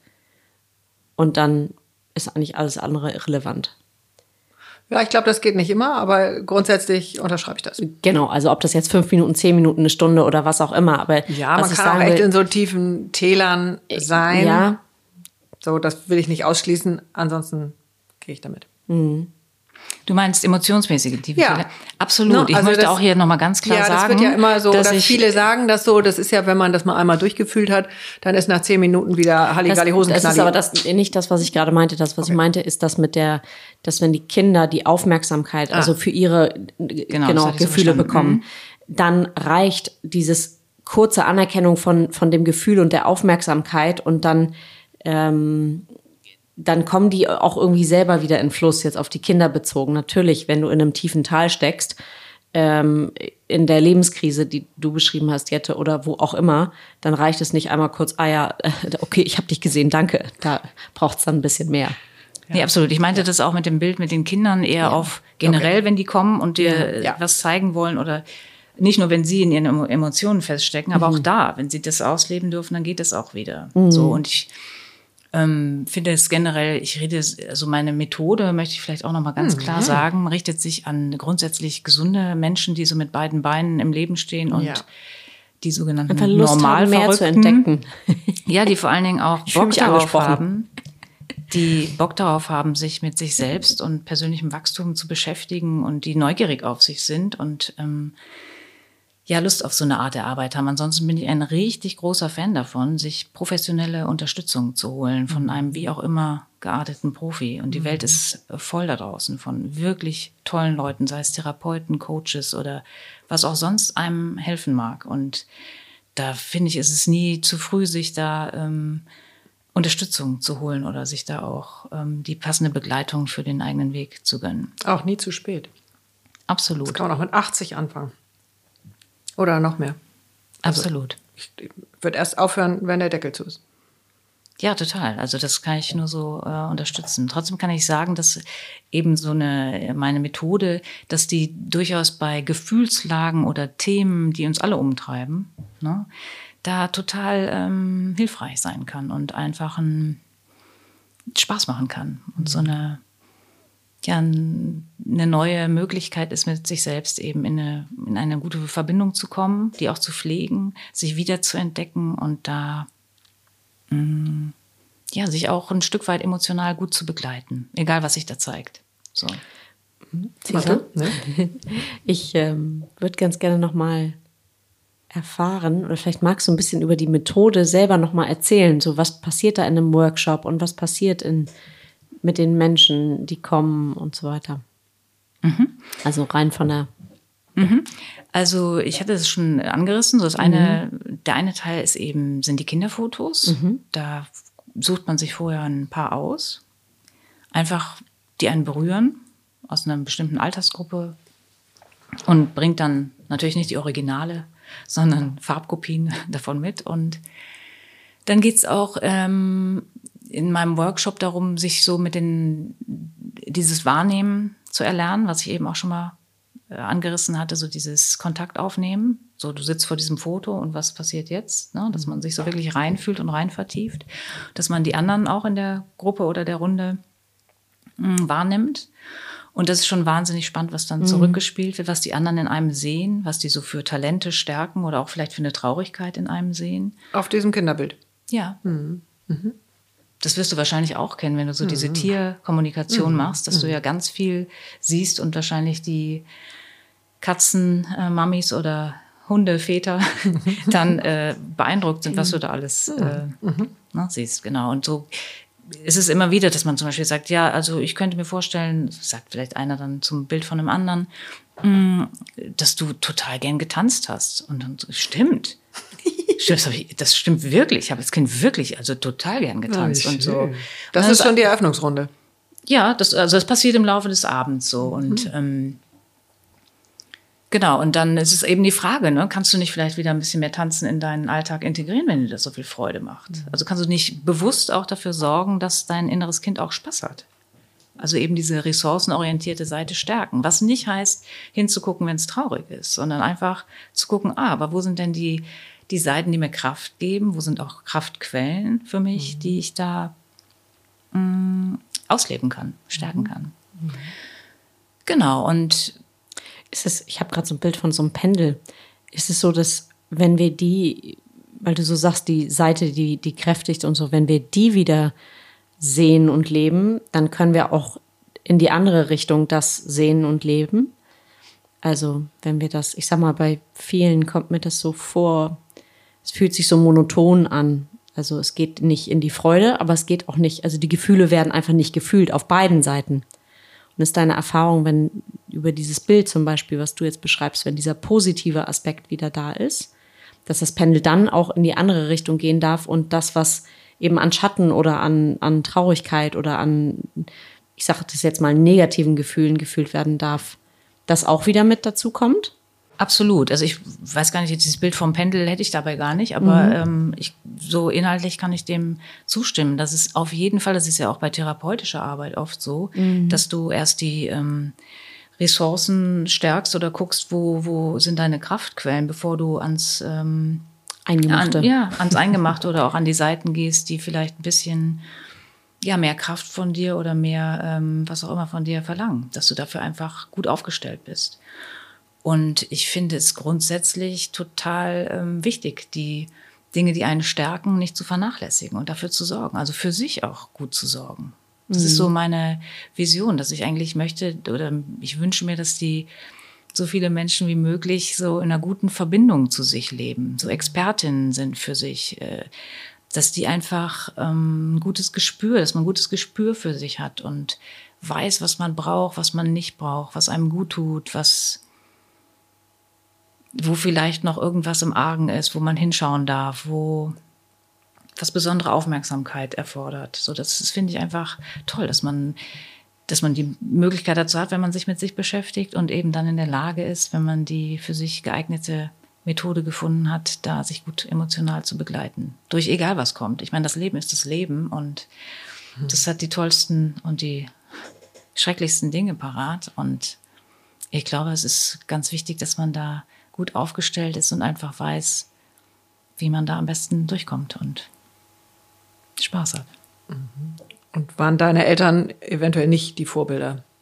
Und dann ist eigentlich alles andere irrelevant. Ja, ich glaube, das geht nicht immer, aber grundsätzlich unterschreibe ich das. Genau, also ob das jetzt fünf Minuten, zehn Minuten, eine Stunde oder was auch immer. Aber ja, was man kann auch echt will, in so tiefen Tälern sein. Ja. So, das will ich nicht ausschließen, ansonsten gehe ich damit. Mhm. Du meinst emotionsmäßige tiefe ja. Täler? Absolut. No, ich also möchte das, auch hier nochmal ganz klar ja, sagen. Ja, das wird ja immer so, dass oder ich, viele sagen das so, das ist ja, wenn man das mal einmal durchgefühlt hat, dann ist nach zehn Minuten wieder Halligalli Hosenknalli. Das ist aber das, nicht das, was ich gerade meinte. Das, was okay. ich meinte, ist das mit der, dass wenn die Kinder die Aufmerksamkeit, ah. also für ihre genau, genau Gefühle so bekommen, mhm. dann reicht dieses kurze Anerkennung von, von dem Gefühl und der Aufmerksamkeit und dann, ähm, dann kommen die auch irgendwie selber wieder in Fluss, jetzt auf die Kinder bezogen. Natürlich, wenn du in einem tiefen Tal steckst, ähm, in der Lebenskrise, die du beschrieben hast, Jette, oder wo auch immer, dann reicht es nicht einmal kurz, ah ja, okay, ich habe dich gesehen, danke. Da braucht es dann ein bisschen mehr. Ja, nee, absolut. Ich meinte ja. das auch mit dem Bild mit den Kindern eher ja. auf generell, okay. wenn die kommen und dir ja. was zeigen wollen oder nicht nur, wenn sie in ihren Emotionen feststecken, aber mhm. auch da, wenn sie das ausleben dürfen, dann geht es auch wieder. Mhm. So, und ich Ähm, finde es generell, ich rede, also meine Methode, möchte ich vielleicht auch noch mal ganz mhm. klar sagen, richtet sich an grundsätzlich gesunde Menschen, die so mit beiden Beinen im Leben stehen und ja. die sogenannten Normalverrückten. Mehr zu entdecken. Ja, die vor allen Dingen auch Bock darauf haben, die Bock darauf haben, sich mit sich selbst und persönlichem Wachstum zu beschäftigen und die neugierig auf sich sind und ähm, ja, Lust auf so eine Art der Arbeit haben. Ansonsten bin ich ein richtig großer Fan davon, sich professionelle Unterstützung zu holen von einem wie auch immer gearteten Profi. Und die mhm. Welt ist voll da draußen von wirklich tollen Leuten, sei es Therapeuten, Coaches oder was auch sonst einem helfen mag. Und da finde ich, ist es nie zu früh, sich da ähm, Unterstützung zu holen oder sich da auch ähm, die passende Begleitung für den eigenen Weg zu gönnen. Auch nie zu spät. Absolut. Das kann man auch mit achtzig anfangen. Oder noch mehr. Absolut. Also ich würde erst aufhören, wenn der Deckel zu ist. Ja, total. Also das kann ich nur so äh, unterstützen. Trotzdem kann ich sagen, dass eben so eine meine Methode, dass die durchaus bei Gefühlslagen oder Themen, die uns alle umtreiben, ne, da total ähm, hilfreich sein kann und einfach einen Spaß machen kann und so eine ja, eine neue Möglichkeit ist, mit sich selbst eben in eine, in eine gute Verbindung zu kommen, die auch zu pflegen, sich wieder zu entdecken und da mh, ja, sich auch ein Stück weit emotional gut zu begleiten, egal was sich da zeigt. So. Warte, ne? Ich ähm, würde ganz gerne noch mal erfahren, oder vielleicht magst du ein bisschen über die Methode selber noch mal erzählen, so was passiert da in einem Workshop und was passiert in, mit den Menschen, die kommen und so weiter. Mhm. Also rein von der... Mhm. Also ich hatte es schon angerissen, so das eine, mhm. der eine Teil ist eben, sind die Kinderfotos, mhm. da sucht man sich vorher ein paar aus, einfach die einen berühren, aus einer bestimmten Altersgruppe und bringt dann natürlich nicht die Originale, sondern Farbkopien davon mit. Und dann geht es auch ähm, in meinem Workshop darum, sich so mit den, dieses Wahrnehmen zu erlernen, was ich eben auch schon mal äh, angerissen hatte, so dieses Kontakt aufnehmen. So, du sitzt vor diesem Foto und was passiert jetzt? Ne? Dass man sich so wirklich reinfühlt und rein vertieft. Dass man die anderen auch in der Gruppe oder der Runde mh, wahrnimmt. Und das ist schon wahnsinnig spannend, was dann mhm. zurückgespielt wird, was die anderen in einem sehen, was die so für Talente, Stärken oder auch vielleicht für eine Traurigkeit in einem sehen. Auf diesem Kinderbild? Ja. Mhm. Mhm. Das wirst du wahrscheinlich auch kennen, wenn du so mhm. diese Tierkommunikation mhm. machst, dass mhm. du ja ganz viel siehst und wahrscheinlich die Katzen-Mamis äh, oder Hundeväter dann äh, beeindruckt sind, was du da alles äh, mhm. na, siehst. Genau. Und so ist es immer wieder, dass man zum Beispiel sagt, ja, also ich könnte mir vorstellen, sagt vielleicht einer dann zum Bild von einem anderen, mh, dass du total gern getanzt hast. Und dann so, stimmt. Das, ich, das stimmt wirklich. Ich habe als Kind wirklich, also total gern getanzt. Oh, und so. Das und ist schon die Eröffnungsrunde. Ja, das, also das passiert im Laufe des Abends so. Mhm. Und ähm, genau, und dann ist es eben die Frage, ne, kannst du nicht vielleicht wieder ein bisschen mehr Tanzen in deinen Alltag integrieren, wenn dir das so viel Freude macht? Mhm. Also kannst du nicht bewusst auch dafür sorgen, dass dein inneres Kind auch Spaß hat? Also eben diese ressourcenorientierte Seite stärken. Was nicht heißt, hinzugucken, wenn es traurig ist, sondern einfach zu gucken, ah, aber wo sind denn die, die Seiten, die mir Kraft geben? Wo sind auch Kraftquellen für mich, mhm. die ich da mh, ausleben kann, stärken mhm. kann? Mhm. Genau, und ist es, ich habe gerade so ein Bild von so einem Pendel. Ist es so, dass wenn wir die, weil du so sagst, die Seite, die, die kräftigt und so, wenn wir die wieder sehen und leben, dann können wir auch in die andere Richtung das sehen und leben. Also wenn wir das, ich sag mal, bei vielen kommt mir das so vor, es fühlt sich so monoton an. Also es geht nicht in die Freude, aber es geht auch nicht, also die Gefühle werden einfach nicht gefühlt auf beiden Seiten. Und ist deine Erfahrung, wenn über dieses Bild zum Beispiel, was du jetzt beschreibst, wenn dieser positive Aspekt wieder da ist, dass das Pendel dann auch in die andere Richtung gehen darf und das, was eben an Schatten oder an, an Traurigkeit oder an, ich sage das jetzt mal, negativen Gefühlen gefühlt werden darf, das auch wieder mit dazu kommt? Absolut. Also ich weiß gar nicht, dieses Bild vom Pendel hätte ich dabei gar nicht, aber mhm. ähm, ich, so inhaltlich kann ich dem zustimmen. Das ist auf jeden Fall, das ist ja auch bei therapeutischer Arbeit oft so, mhm. dass du erst die ähm, Ressourcen stärkst oder guckst, wo, wo sind deine Kraftquellen, bevor du ans ähm, Eingemachte. An, ja, ans Eingemachte oder auch an die Seiten gehst, die vielleicht ein bisschen ja, mehr Kraft von dir oder mehr ähm, was auch immer von dir verlangen, dass du dafür einfach gut aufgestellt bist. Und ich finde es grundsätzlich total ähm, wichtig, die Dinge, die einen stärken, nicht zu vernachlässigen und dafür zu sorgen, also für sich auch gut zu sorgen. Das mhm. ist so meine Vision, dass ich eigentlich möchte oder ich wünsche mir, dass die so viele Menschen wie möglich so in einer guten Verbindung zu sich leben, so Expertinnen sind für sich, äh, dass die einfach ähm, ein gutes Gespür, dass man ein gutes Gespür für sich hat und weiß, was man braucht, was man nicht braucht, was einem gut tut, was wo vielleicht noch irgendwas im Argen ist, wo man hinschauen darf, wo was besondere Aufmerksamkeit erfordert. So, das, das finde ich einfach toll, dass man, dass man die Möglichkeit dazu hat, wenn man sich mit sich beschäftigt und eben dann in der Lage ist, wenn man die für sich geeignete Methode gefunden hat, da sich gut emotional zu begleiten. Durch egal was kommt. Ich meine, das Leben ist das Leben und mhm. das hat die tollsten und die schrecklichsten Dinge parat. Und ich glaube, es ist ganz wichtig, dass man da gut aufgestellt ist und einfach weiß, wie man da am besten durchkommt und Spaß hat. Und waren deine Eltern eventuell nicht die Vorbilder?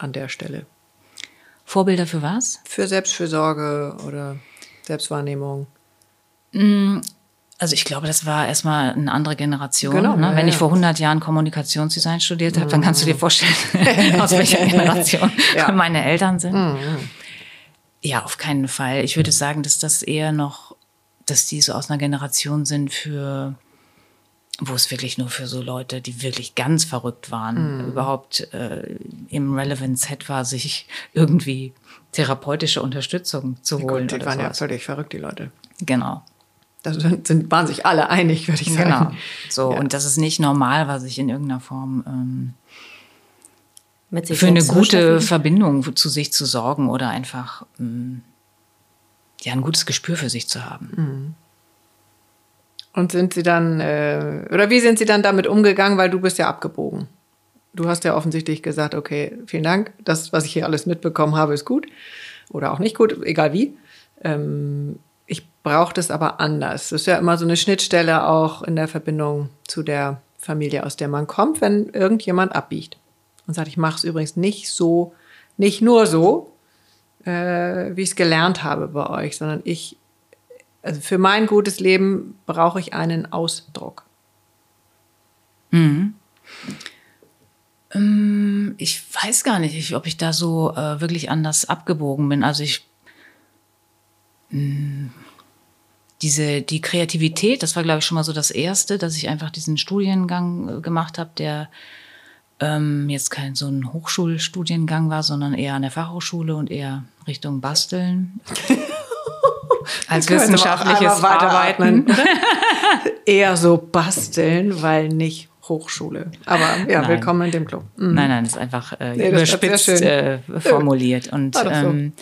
an der Stelle? Vorbilder für was? Für Selbstfürsorge oder Selbstwahrnehmung. Also ich glaube, das war erstmal eine andere Generation. Genau, ne? ja, Wenn ja. ich vor hundert Jahren Kommunikationsdesign studiert habe, dann kannst du dir vorstellen, aus welcher Generation Ja. meine Eltern sind. Mhm. Ja, auf keinen Fall. Ich würde sagen, dass das eher noch, dass die so aus einer Generation sind für, wo es wirklich nur für so Leute, die wirklich ganz verrückt waren, Mhm. überhaupt äh, im Relevant Set war, sich irgendwie therapeutische Unterstützung zu holen. Gut, die oder waren ja sowas. völlig verrückt, die Leute. Genau. Da sind, sind, waren sich alle einig, würde ich sagen. Genau. So, Ja. und dass es nicht normal war, sich in irgendeiner Form ähm, Mit sich für eine selbst zu gute beschäftigen. Verbindung zu sich zu sorgen oder einfach ähm, ja, ein gutes Gespür für sich zu haben. Und sind sie dann, äh, oder wie sind sie dann damit umgegangen, weil du bist ja abgebogen. Du hast ja offensichtlich gesagt, okay, vielen Dank, das, was ich hier alles mitbekommen habe, ist gut oder auch nicht gut, egal wie. Ähm, ich brauche das aber anders. Das ist ja immer so eine Schnittstelle auch in der Verbindung zu der Familie, aus der man kommt, wenn irgendjemand abbiegt und sagt, ich mache es übrigens nicht so, nicht nur so, äh, wie ich es gelernt habe bei euch, sondern ich, also für mein gutes Leben brauche ich einen Ausdruck. Ich weiß gar nicht, ob ich da so äh, wirklich anders abgebogen bin. Also ich mh, diese die Kreativität, das war glaube ich schon mal so das Erste, dass ich einfach diesen Studiengang äh, gemacht habe, der ähm, jetzt kein so ein Hochschulstudiengang war, sondern eher an der Fachhochschule und eher Richtung Basteln. Als Wir können wissenschaftliches aber einmal Arbeiten. weiteratmen. Eher so basteln, weil nicht Hochschule. Aber ja, Nein. willkommen in dem Club. Mhm. Nein, nein, das ist einfach äh, Nee, das ist überspitzt sehr äh, formuliert. Und War doch so. ähm,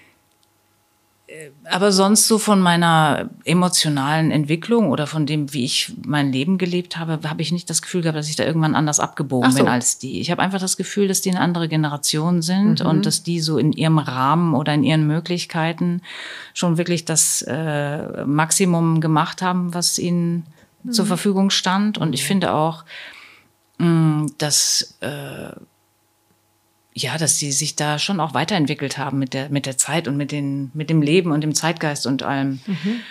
äh, aber sonst so von meiner emotionalen Entwicklung oder von dem, wie ich mein Leben gelebt habe, habe ich nicht das Gefühl gehabt, dass ich da irgendwann anders abgebogen Ach so. bin als die. Ich habe einfach das Gefühl, dass die eine andere Generation sind Mhm. und dass die so in ihrem Rahmen oder in ihren Möglichkeiten schon wirklich das äh, Maximum gemacht haben, was ihnen Mhm. zur Verfügung stand. Und ich finde auch, mh, dass äh, ja, dass sie sich da schon auch weiterentwickelt haben mit der mit der Zeit und mit den mit dem Leben und dem Zeitgeist und allem.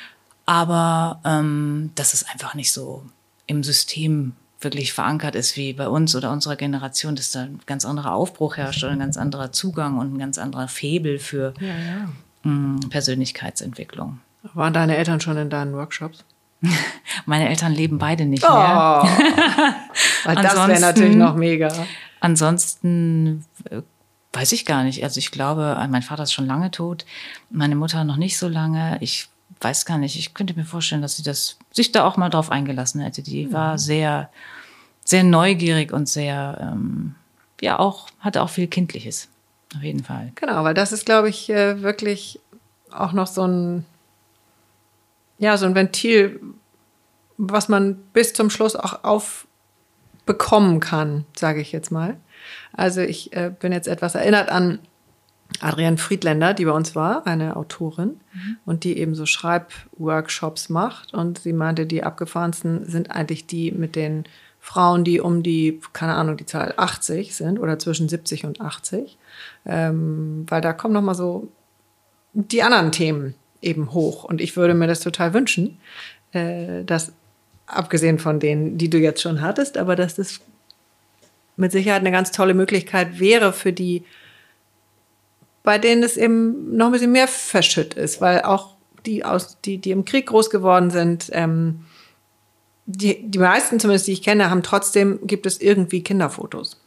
Aber ähm, dass es einfach nicht so im System wirklich verankert ist wie bei uns oder unserer Generation, dass da ein ganz anderer Aufbruch herrscht oder ein ganz anderer Zugang und ein ganz anderer Faible für Ja, ja. mh, Persönlichkeitsentwicklung. Waren deine Eltern schon in deinen Workshops? Meine Eltern leben beide nicht Oh, mehr. weil das wäre Ansonsten- natürlich noch mega. Ansonsten äh, weiß ich gar nicht. Also ich glaube, äh, mein Vater ist schon lange tot, meine Mutter noch nicht so lange. Ich weiß gar nicht. Ich könnte mir vorstellen, dass sie das sich da auch mal drauf eingelassen hätte. Die war sehr, sehr neugierig und sehr, ähm, ja auch hatte auch viel Kindliches. Auf jeden Fall. Genau, weil das ist, glaube ich, äh, wirklich auch noch so ein, ja, so ein Ventil, was man bis zum Schluss auch aufbekommen kann, sage ich jetzt mal. Also ich äh, bin jetzt etwas erinnert an Adrienne Friedländer, die bei uns war, eine Autorin, und die eben so Schreibworkshops macht. Und sie meinte, die abgefahrensten sind eigentlich die mit den Frauen, die um die, keine Ahnung, die Zahl achtzig sind oder zwischen siebzig und achtzig. Ähm, weil da kommen nochmal so die anderen Themen eben hoch. Und ich würde mir das total wünschen, äh, dass, abgesehen von denen, die du jetzt schon hattest, aber dass das mit Sicherheit eine ganz tolle Möglichkeit wäre für die, bei denen es eben noch ein bisschen mehr verschütt ist, weil auch die, aus, die, die im Krieg groß geworden sind, ähm, die, die meisten zumindest, die ich kenne, haben trotzdem, gibt es irgendwie Kinderfotos.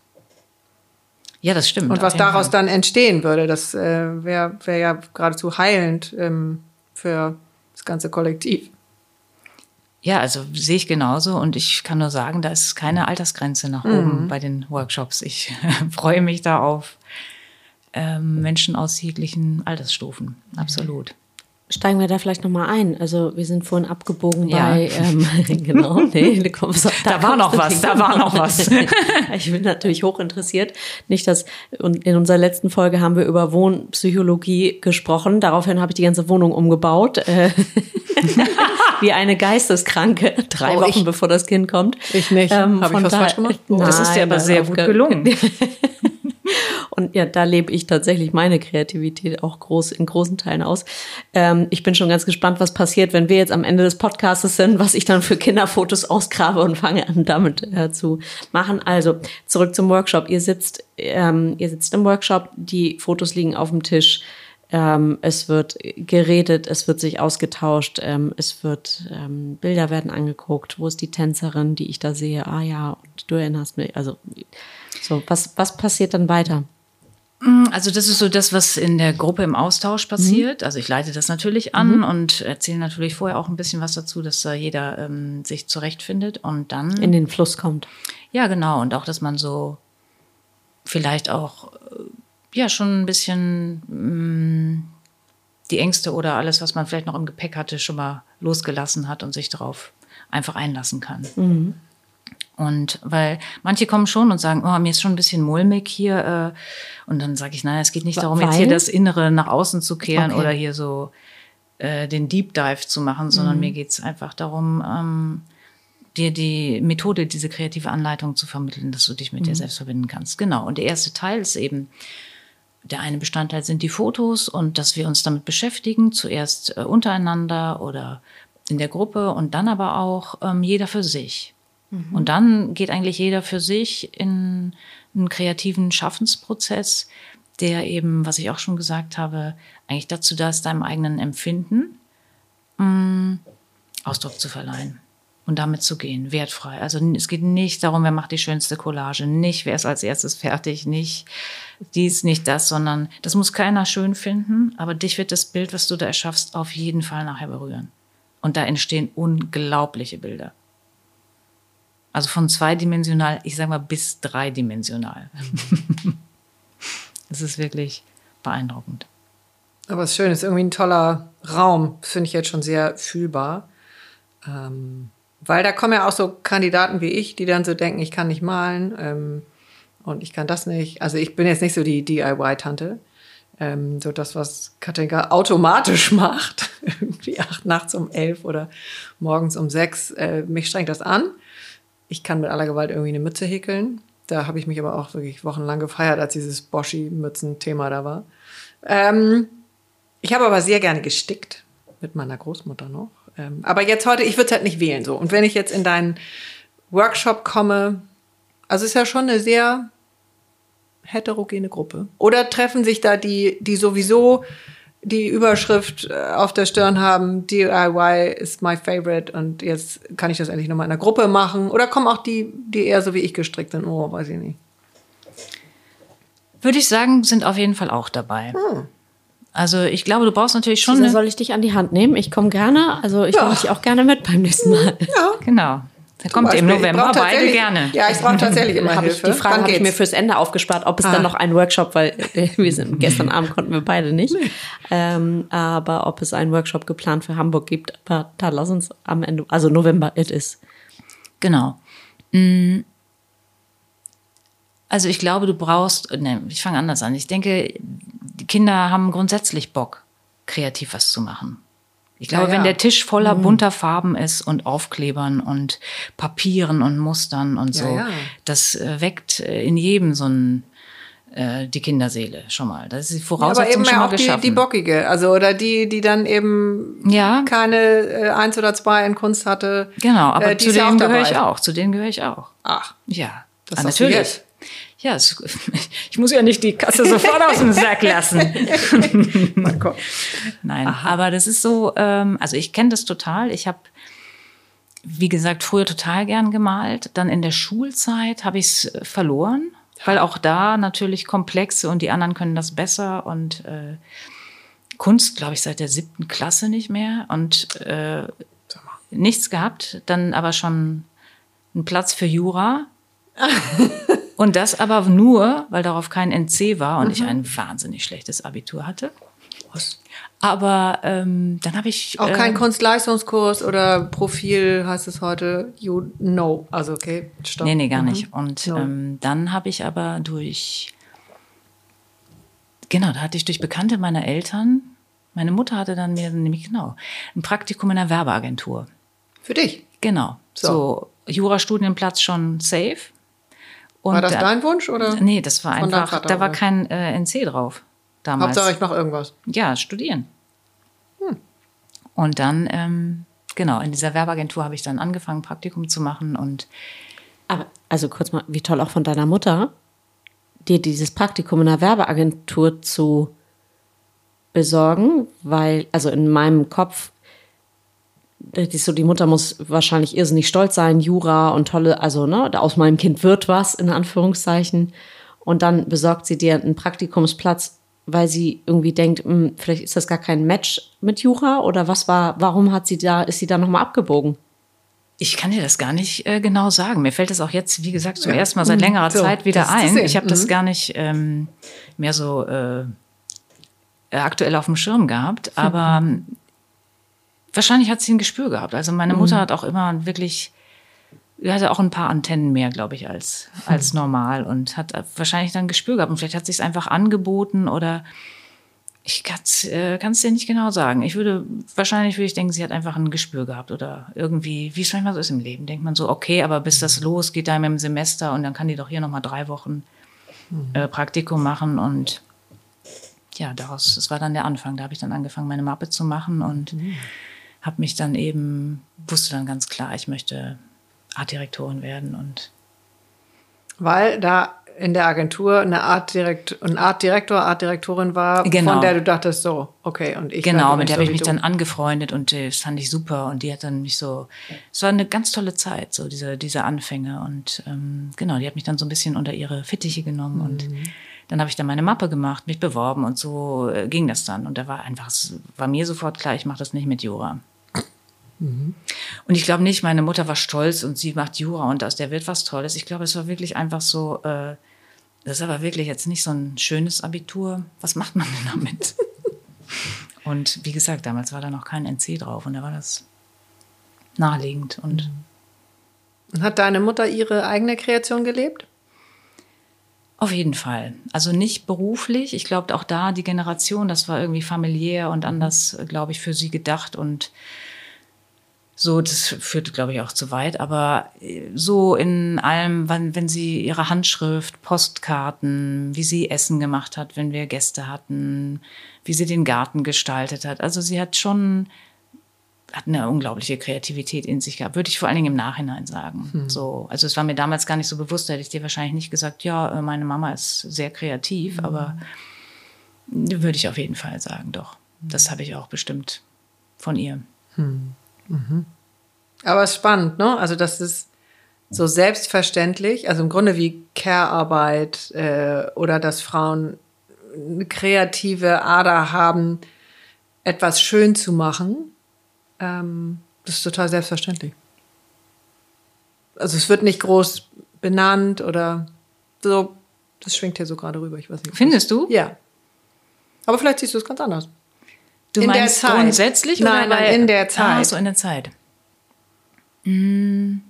Ja, das stimmt. Und was auf jeden daraus Fall. dann entstehen würde, das äh, wäre wär ja geradezu heilend ähm, für das ganze Kollektiv. Ja, also sehe ich genauso und ich kann nur sagen, da ist keine Altersgrenze nach oben bei den Workshops. Ich freue mich da auf ähm, Menschen aus jeglichen Altersstufen. Absolut. Steigen wir da vielleicht nochmal ein. Also wir sind vorhin abgebogen Ja. bei, ähm, genau, nee, du kommst, Da war noch was, da war noch was. Ich bin natürlich hochinteressiert. Nicht, dass, und in unserer letzten Folge haben wir über Wohnpsychologie gesprochen. Daraufhin habe ich die ganze Wohnung umgebaut. Äh, wie eine Geisteskranke, drei Oh, Wochen ich- bevor das Kind kommt. Ich nicht. Habe ich von was daher- falsch gemacht? Das ist dir Nein, aber sehr auf gut gar- gelungen. Und ja, da lebe ich tatsächlich meine Kreativität auch groß in großen Teilen aus. Ähm, ich bin schon ganz gespannt, was passiert, wenn wir jetzt am Ende des Podcasts sind, was ich dann für Kinderfotos ausgrabe und fange an, damit äh, zu machen. Also zurück zum Workshop. Ihr sitzt, ähm, ihr sitzt im Workshop, die Fotos liegen auf dem Tisch. Ähm, es wird geredet, es wird sich ausgetauscht, ähm, es wird, ähm, Bilder werden angeguckt. Wo ist die Tänzerin, die ich da sehe? Ah ja, und du erinnerst mich. Also so, was, was passiert dann weiter? Also das ist so das, was in der Gruppe im Austausch passiert. Mhm. Also ich leite das natürlich an mhm. und erzähle natürlich vorher auch ein bisschen was dazu, dass äh, jeder ähm, sich zurechtfindet und dann in den Fluss kommt. Ja, genau. Und auch, dass man so vielleicht auch äh, ja schon ein bisschen mh, die Ängste oder alles, was man vielleicht noch im Gepäck hatte, schon mal losgelassen hat und sich darauf einfach einlassen kann. Mhm. Und weil manche kommen schon und sagen, oh, mir ist schon ein bisschen mulmig hier. Äh, und dann sage ich, nein, es geht nicht darum, weil? jetzt hier das Innere nach außen zu kehren okay. oder hier so äh, den Deep Dive zu machen, sondern mhm. mir geht es einfach darum, ähm, dir die Methode, diese kreative Anleitung zu vermitteln, dass du dich mit mhm. dir selbst verbinden kannst. Genau. Und der erste Teil ist eben, der eine Bestandteil sind die Fotos und dass wir uns damit beschäftigen, zuerst äh, untereinander oder in der Gruppe und dann aber auch ähm, jeder für sich. Mhm. Und dann geht eigentlich jeder für sich in einen kreativen Schaffensprozess, der eben, was ich auch schon gesagt habe, eigentlich dazu da ist, deinem eigenen Empfinden mh, Ausdruck zu verleihen. Und damit zu gehen, wertfrei. Also es geht nicht darum, wer macht die schönste Collage, nicht wer ist als erstes fertig, nicht dies, nicht das, sondern das muss keiner schön finden, aber dich wird das Bild, was du da erschaffst, auf jeden Fall nachher berühren. Und da entstehen unglaubliche Bilder. Also von zweidimensional, ich sag mal bis dreidimensional. Das ist wirklich beeindruckend. Aber es ist schön, es ist irgendwie ein toller Raum, finde ich jetzt schon sehr fühlbar. Ähm Weil da kommen ja auch so Kandidaten wie ich, die dann so denken, ich kann nicht malen ähm, und ich kann das nicht. Also ich bin jetzt nicht so die D I Y-Tante. Ähm, so das, was Katinka automatisch macht, irgendwie acht nachts um elf oder morgens um sechs. Äh, mich strengt das an. Ich kann mit aller Gewalt irgendwie eine Mütze häkeln. Da habe ich mich aber auch wirklich wochenlang gefeiert, als dieses Boschi-Mützen-Thema da war. Ähm, ich habe aber sehr gerne gestickt, mit meiner Großmutter noch. Ähm, aber jetzt heute, ich würde es halt nicht wählen so. Und wenn ich jetzt in deinen Workshop komme, also es ist ja schon eine sehr heterogene Gruppe. Oder treffen sich da die, die sowieso die Überschrift auf der Stirn haben, D I Y is my favorite und jetzt kann ich das endlich nochmal in einer Gruppe machen. Oder kommen auch die, die eher so wie ich gestrickt sind? Oh, weiß ich nicht. Würde ich sagen, sind auf jeden Fall auch dabei. Hm. Also ich glaube, du brauchst natürlich schon... Lisa, soll ich dich an die Hand nehmen? Ich komme gerne. Also ich ja. nehme dich auch gerne mit beim nächsten Mal. Ja. Genau. Da kommt Beispiel, im November beide gerne. Ja, ich brauche tatsächlich immer hab Hilfe. Ich, die Frage habe ich mir fürs Ende aufgespart, ob es ah. dann noch einen Workshop, weil wir sind gestern Abend konnten wir beide nicht. Nee. Ähm, aber ob es einen Workshop geplant für Hamburg gibt. Aber da lass uns am Ende, also November, it is. Genau. Also ich glaube, du brauchst, ne, ich fange anders an. Ich denke, die Kinder haben grundsätzlich Bock, kreativ was zu machen. Ich glaube, ja, ja. wenn der Tisch voller bunter Farben ist und Aufklebern und Papieren und Mustern und so, ja, ja. das äh, weckt äh, in jedem so ein, äh, die Kinderseele schon mal. Das ist die Voraussetzung ja, aber eben schon mal auch geschaffen. Die, die bockige, also oder die, die dann eben ja. keine äh, eins oder zwei in Kunst hatte. Genau, aber äh, zu denen gehöre ich auch. Zu denen gehöre ich auch. Ach, ja, das ah, natürlich. Ja, es, ich muss ja nicht die Katze sofort aus dem Sack lassen. Mein Gott. Nein, Aha. aber das ist so, ähm, also ich kenne das total. Ich habe, wie gesagt, früher total gern gemalt. Dann in der Schulzeit habe ich es verloren, weil auch da natürlich Komplexe und die anderen können das besser. Und äh, Kunst, glaube ich, seit der siebten Klasse nicht mehr. Und äh, nichts gehabt. Dann aber schon einen Platz für Jura. Und das aber nur, weil darauf kein N C war und mhm. ich ein wahnsinnig schlechtes Abitur hatte. Was? Aber ähm, dann habe ich... Auch kein ähm, Kunstleistungskurs oder Profil heißt es heute, you know. Also okay, stopp. Nee, nee, gar mhm. nicht. Und no. ähm, dann habe ich aber durch... Genau, da hatte ich durch Bekannte meiner Eltern, meine Mutter hatte dann mir nämlich genau ein Praktikum in einer Werbeagentur. Für dich? Genau. So, so Jurastudienplatz schon safe. Und war das da, dein Wunsch oder? Nee, das war von deinem einfach, Vater, da war oder? kein äh, N C drauf damals. Hauptsache ich mache irgendwas. Ja, studieren. Hm. Und dann, ähm, genau, in dieser Werbeagentur habe ich dann angefangen, Praktikum zu machen. Und Aber, also kurz mal, wie toll auch von deiner Mutter, dir dieses Praktikum in einer Werbeagentur zu besorgen, weil, also in meinem Kopf, das ist so, die Mutter muss wahrscheinlich irrsinnig stolz sein, Jura und tolle, also ne, aus meinem Kind wird was, in Anführungszeichen. Und dann besorgt sie dir einen Praktikumsplatz, weil sie irgendwie denkt, mh, vielleicht ist das gar kein Match mit Jura oder was war, warum hat sie da, ist sie da nochmal abgebogen? ich kann dir das gar nicht äh, genau sagen. Mir fällt das auch jetzt, wie gesagt, zum ersten Mal seit längerer so, Zeit wieder das ist zu ein. sehen. Ich habe das Mhm. gar nicht ähm, mehr so äh, aktuell auf dem Schirm gehabt, aber ähm, wahrscheinlich hat sie ein Gespür gehabt. Also meine Mutter hat auch immer wirklich, sie hatte auch ein paar Antennen mehr, glaube ich, als, als normal und hat wahrscheinlich dann ein Gespür gehabt. Und vielleicht hat sie es einfach angeboten oder ich kann es äh, kann's dir nicht genau sagen. Ich würde, wahrscheinlich würde ich denken, sie hat einfach ein Gespür gehabt oder irgendwie, wie es manchmal so ist im Leben, denkt man so, okay, aber bis das losgeht da im Semester und dann kann die doch hier nochmal drei Wochen äh, Praktikum machen und ja, daraus, das war dann der Anfang. Da habe ich dann angefangen, meine Mappe zu machen und mhm. habe mich dann eben, wusste dann ganz klar, ich möchte Artdirektorin werden. Und weil da in der Agentur eine Artdirekt, ein Artdirektor, Artdirektorin war, genau. von der du dachtest, so, okay, und ich Genau, mit der habe ich mich du. dann angefreundet und äh, das fand ich super. Und die hat dann mich so, es war eine ganz tolle Zeit, so diese, diese Anfänge. Und ähm, genau, die hat mich dann so ein bisschen unter ihre Fittiche genommen Mhm. und dann habe ich dann meine Mappe gemacht, mich beworben und so äh, ging das dann. Und da war einfach, es war mir sofort klar, ich mache das nicht mit Jura. Mhm. Und ich glaube nicht, meine Mutter war stolz und sie macht Jura und aus der wird was Tolles. Ich glaube, es war wirklich einfach so, äh, das ist aber wirklich jetzt nicht so ein schönes Abitur. Was macht man denn damit? Und wie gesagt, damals war da noch kein N C drauf und da war das naheliegend. Und hat deine Mutter ihre eigene Kreation gelebt? Auf jeden Fall. Also nicht beruflich. Ich glaube, auch da die Generation, das war irgendwie familiär und anders, glaube ich, für sie gedacht. Und so, das führt, glaube ich, auch zu weit. Aber so in allem, wenn, wenn sie ihre Handschrift, Postkarten, wie sie Essen gemacht hat, wenn wir Gäste hatten, wie sie den Garten gestaltet hat. Also sie hat schon... hat eine unglaubliche Kreativität in sich gehabt, würde ich vor allen Dingen im Nachhinein sagen. Hm. So, also es war mir damals gar nicht so bewusst, da hätte ich dir wahrscheinlich nicht gesagt, ja, meine Mama ist sehr kreativ, hm. aber würde ich auf jeden Fall sagen, doch. Das habe ich auch bestimmt von ihr. Hm. Mhm. Aber es ist spannend, ne? Also das ist so selbstverständlich, also im Grunde wie Care-Arbeit äh, oder dass Frauen eine kreative Ader haben, etwas schön zu machen. Das ist total selbstverständlich. Also es wird nicht groß benannt oder so. Das schwingt hier so gerade rüber. Ich weiß nicht. Findest du? Ja. Aber vielleicht siehst du es ganz anders. Du in meinst der Zeit. Grundsätzlich? Nein, oder nein, in der Zeit. Ah, so in der Zeit. Hm.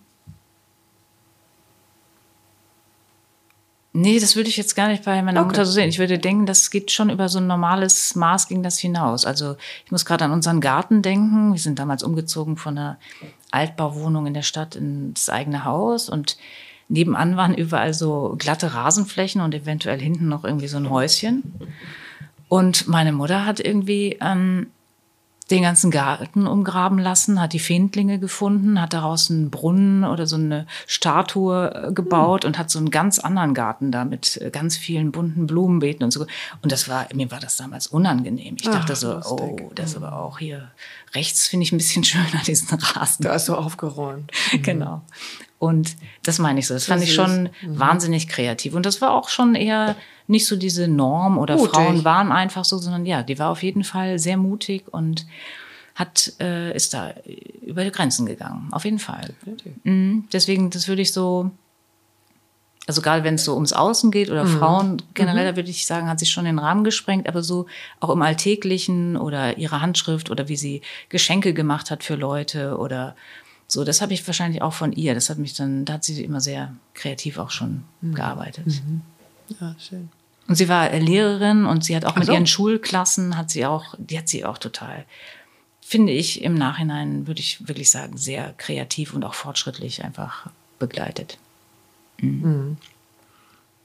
Nee, das würde ich jetzt gar nicht bei meiner okay. Mutter so sehen. Ich würde denken, das geht schon über so ein normales Maß ging das hinaus. Also ich muss gerade an unseren Garten denken. Wir sind damals umgezogen von einer Altbauwohnung in der Stadt ins eigene Haus und nebenan waren überall so glatte Rasenflächen und eventuell hinten noch irgendwie so ein Häuschen. Und meine Mutter hat irgendwie ähm, den ganzen Garten umgraben lassen, hat die Findlinge gefunden, hat daraus einen Brunnen oder so eine Statue gebaut hm. und hat so einen ganz anderen Garten da mit ganz vielen bunten Blumenbeeten und so. Und das war, mir war das damals unangenehm. Ich dachte Ach, so, lustig. oh, das ist aber auch hier rechts finde ich ein bisschen schöner, diesen Rasen. Da ist so aufgeräumt. Genau. Und das meine ich so. Das, das fand ich schon mhm. wahnsinnig kreativ. Und das war auch schon eher nicht so diese Norm oder mutig. Frauen waren einfach so, sondern ja, die war auf jeden Fall sehr mutig und hat, äh, ist da über die Grenzen gegangen. Auf jeden Fall. Mhm. Deswegen, das würde ich so, also gerade wenn es so ums Außen geht oder mhm. Frauen generell, mhm. da würde ich sagen, hat sich schon den Rahmen gesprengt, aber so auch im Alltäglichen oder ihre Handschrift oder wie sie Geschenke gemacht hat für Leute oder so, das habe ich wahrscheinlich auch von ihr. Das hat mich dann, da hat sie immer sehr kreativ auch schon mhm. gearbeitet. Mhm. Ja, schön. Und sie war Lehrerin und sie hat auch mit so. ihren Schulklassen, hat sie auch, die hat sie auch total, finde ich im Nachhinein, würde ich wirklich sagen, sehr kreativ und auch fortschrittlich einfach begleitet. Mhm. Mhm.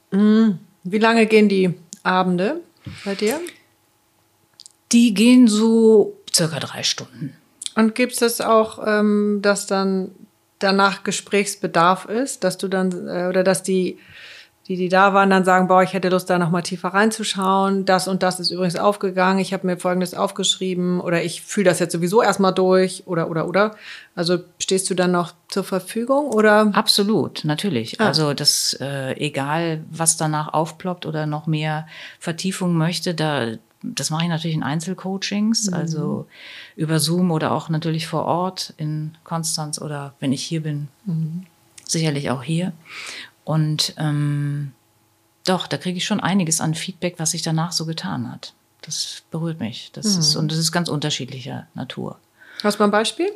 Wie lange gehen die Abende bei dir? Die gehen so circa drei Stunden. Und gibt es das auch, ähm, dass dann danach Gesprächsbedarf ist, dass du dann, äh, oder dass die, die, die da waren, dann sagen, boah, ich hätte Lust, da noch mal tiefer reinzuschauen. Das und das ist übrigens aufgegangen. Ich habe mir Folgendes aufgeschrieben oder ich fühle das jetzt sowieso erstmal durch oder, oder, oder. Also stehst du dann noch zur Verfügung oder? Absolut, natürlich. Ah. Also das, äh, egal was danach aufploppt oder noch mehr Vertiefung möchte, da das mache ich natürlich in Einzelcoachings, mhm. also über Zoom oder auch natürlich vor Ort in Konstanz oder wenn ich hier bin, mhm. sicherlich auch hier. Und ähm, doch, da kriege ich schon einiges an Feedback, was sich danach so getan hat. Das berührt mich. Das mhm. ist, und das ist ganz unterschiedlicher Natur. Hast du mal ein Beispiel?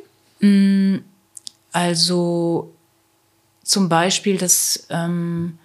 Also zum Beispiel, dass, ähm,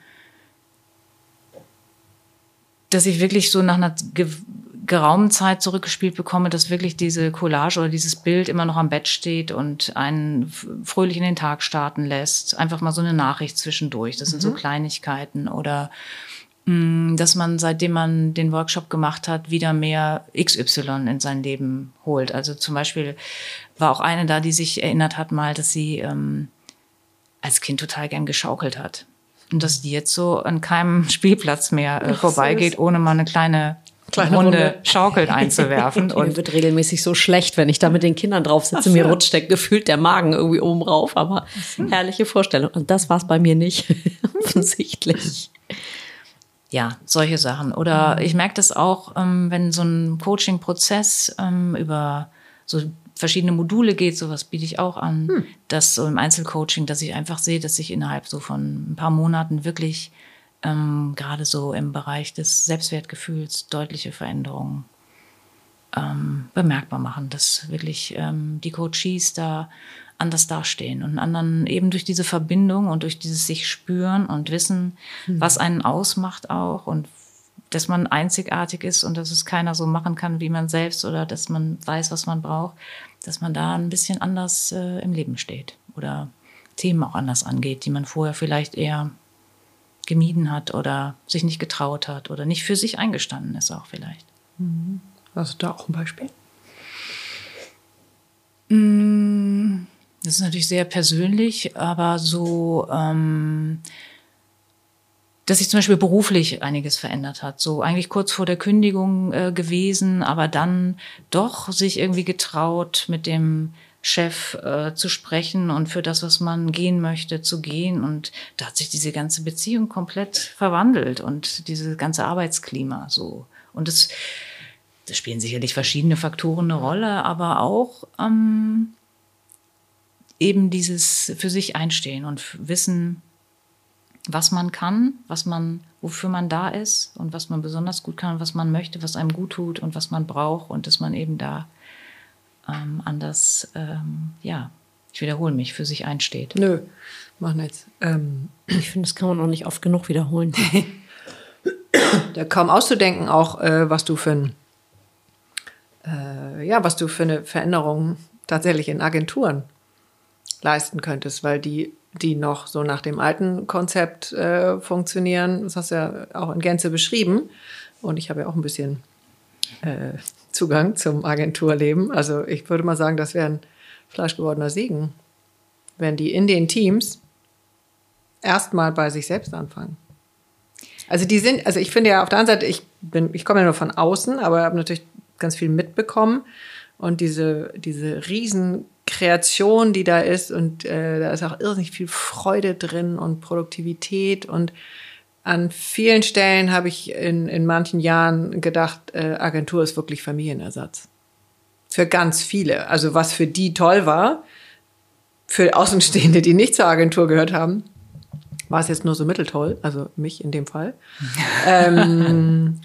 dass ich wirklich so nach einer ge- geraumen Zeit zurückgespielt bekomme, dass wirklich diese Collage oder dieses Bild immer noch am Bett steht und einen fröhlich in den Tag starten lässt. Einfach mal so eine Nachricht zwischendurch. Das sind mhm. so Kleinigkeiten. Oder mh, dass man, seitdem man den Workshop gemacht hat, wieder mehr X Y in sein Leben holt. Also zum Beispiel war auch eine da, die sich erinnert hat mal, dass sie ähm, als Kind total gern geschaukelt hat. Und dass die jetzt so an keinem Spielplatz mehr äh, vorbeigeht, Ach, ohne mal eine kleine Kleine Runde, Runde Schaukeln einzuwerfen. Und mir wird regelmäßig so schlecht, wenn ich da mit den Kindern drauf sitze. Mir rutscht der gefühlt der Magen irgendwie oben rauf. Aber herrliche Vorstellung. Und das war es bei mir nicht, offensichtlich. Ja, solche Sachen. Oder ich merke das auch, wenn so ein Coaching-Prozess über so verschiedene Module geht, sowas biete ich auch an, hm. dass so im Einzelcoaching, dass ich einfach sehe, dass ich innerhalb so von ein paar Monaten wirklich Ähm, gerade so im Bereich des Selbstwertgefühls deutliche Veränderungen ähm, bemerkbar machen, dass wirklich ähm, die Coaches da anders dastehen und anderen eben durch diese Verbindung und durch dieses sich spüren und wissen, mhm. was einen ausmacht auch und dass man einzigartig ist und dass es keiner so machen kann wie man selbst oder dass man weiß, was man braucht, dass man da ein bisschen anders äh, im Leben steht oder Themen auch anders angeht, die man vorher vielleicht eher gemieden hat oder sich nicht getraut hat oder nicht für sich eingestanden ist auch vielleicht. Mhm. Hast du da auch ein Beispiel? Das ist natürlich sehr persönlich, aber so, ähm, dass sich zum Beispiel beruflich einiges verändert hat. So eigentlich kurz vor der Kündigung äh, gewesen, aber dann doch sich irgendwie getraut, mit dem Chef äh, zu sprechen und für das, was man gehen möchte, zu gehen. Und da hat sich diese ganze Beziehung komplett verwandelt und dieses ganze Arbeitsklima so. Und das, das spielen sicherlich verschiedene Faktoren eine Rolle, aber auch ähm, eben dieses für sich einstehen und wissen, was man kann, was man, wofür man da ist und was man besonders gut kann, was man möchte, was einem gut tut und was man braucht und dass man eben da Ähm, anders, ähm, ja, ich wiederhole mich, für sich einsteht. Nö, mach nichts. Ähm. Ich finde, das kann man auch nicht oft genug wiederholen. Da kaum auszudenken auch, äh, was du für ein, äh, ja, was du für eine Veränderung tatsächlich in Agenturen leisten könntest, weil die, die noch so nach dem alten Konzept äh, funktionieren, das hast du ja auch in Gänze beschrieben und ich habe ja auch ein bisschen äh, Zugang zum Agenturleben. Also ich würde mal sagen, das wäre ein fleischgewordener Segen, wenn die in den Teams erstmal bei sich selbst anfangen. Also die sind, also ich finde ja auf der anderen Seite, ich bin, ich komme ja nur von außen, aber habe natürlich ganz viel mitbekommen und diese, diese Riesenkreation, die da ist und äh, da ist auch irrsinnig viel Freude drin und Produktivität und an vielen Stellen habe ich in, in manchen Jahren gedacht, äh, Agentur ist wirklich Familienersatz. Für ganz viele. Also was für die toll war, für Außenstehende, die nicht zur Agentur gehört haben, war es jetzt nur so mitteltoll. Also mich in dem Fall. ähm,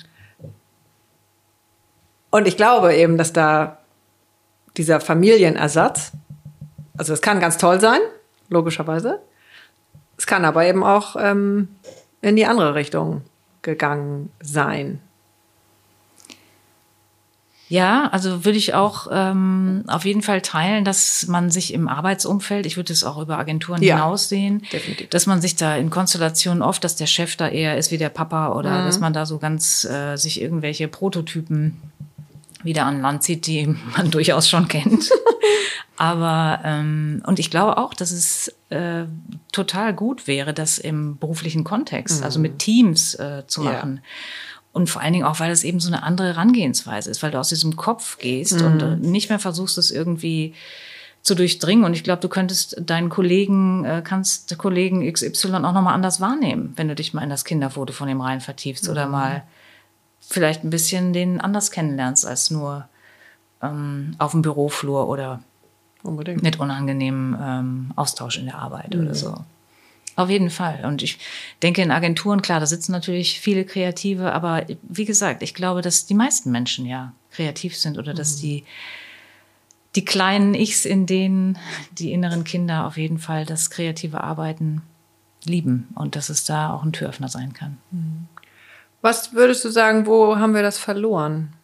und ich glaube eben, dass da dieser Familienersatz, also es kann ganz toll sein, logischerweise. Es kann aber eben auch ähm, in die andere Richtung gegangen sein. Ja, also würde ich auch ähm, auf jeden Fall teilen, dass man sich im Arbeitsumfeld, ich würde es auch über Agenturen ja, hinaus sehen, definitiv. Dass man sich da in Konstellationen oft, dass der Chef da eher ist wie der Papa oder mhm. dass man da so ganz äh, sich irgendwelche Prototypen wieder an Land zieht, die man durchaus schon kennt. Aber, ähm, und ich glaube auch, dass es äh, total gut wäre, das im beruflichen Kontext, mhm. also mit Teams äh, zu machen. Ja. Und vor allen Dingen auch, weil es eben so eine andere Herangehensweise ist, weil du aus diesem Kopf gehst mhm. und nicht mehr versuchst, es irgendwie zu durchdringen. Und ich glaube, du könntest deinen Kollegen, äh, kannst Kollegen X Y auch nochmal anders wahrnehmen, wenn du dich mal in das Kinderfoto von ihm rein vertiefst mhm. oder mal vielleicht ein bisschen den anders kennenlernst als nur ähm, auf dem Büroflur oder Unbedingt. Mit unangenehmem ähm, Austausch in der Arbeit mhm. oder so. Auf jeden Fall. Und ich denke, in Agenturen, klar, da sitzen natürlich viele Kreative, aber wie gesagt, ich glaube, dass die meisten Menschen ja kreativ sind oder mhm. dass die, die kleinen Ichs in denen, die inneren Kinder auf jeden Fall das kreative Arbeiten lieben und dass es da auch ein Türöffner sein kann. Mhm. Was würdest du sagen, wo haben wir das verloren?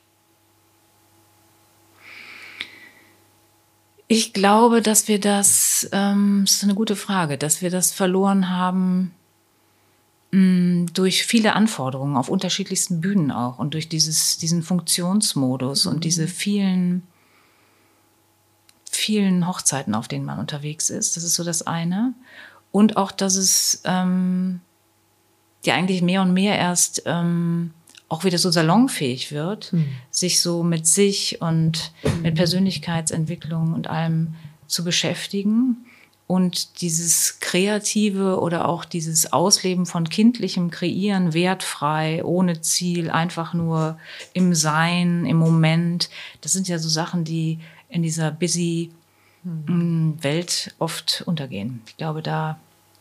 Ich glaube, dass wir das, ähm, das ist eine gute Frage, dass wir das verloren haben mh, durch viele Anforderungen auf unterschiedlichsten Bühnen auch und durch dieses, diesen Funktionsmodus mhm. und diese vielen, vielen Hochzeiten, auf denen man unterwegs ist. Das ist so das eine. Und auch, dass es ähm, ja eigentlich mehr und mehr erst ähm, auch wieder so salonfähig wird, mhm. sich so mit sich und mit Persönlichkeitsentwicklung und allem zu beschäftigen und dieses Kreative oder auch dieses Ausleben von kindlichem Kreieren, wertfrei, ohne Ziel, einfach nur im Sein, im Moment. Das sind ja so Sachen, die in dieser busy mhm. Welt oft untergehen. Ich glaube, da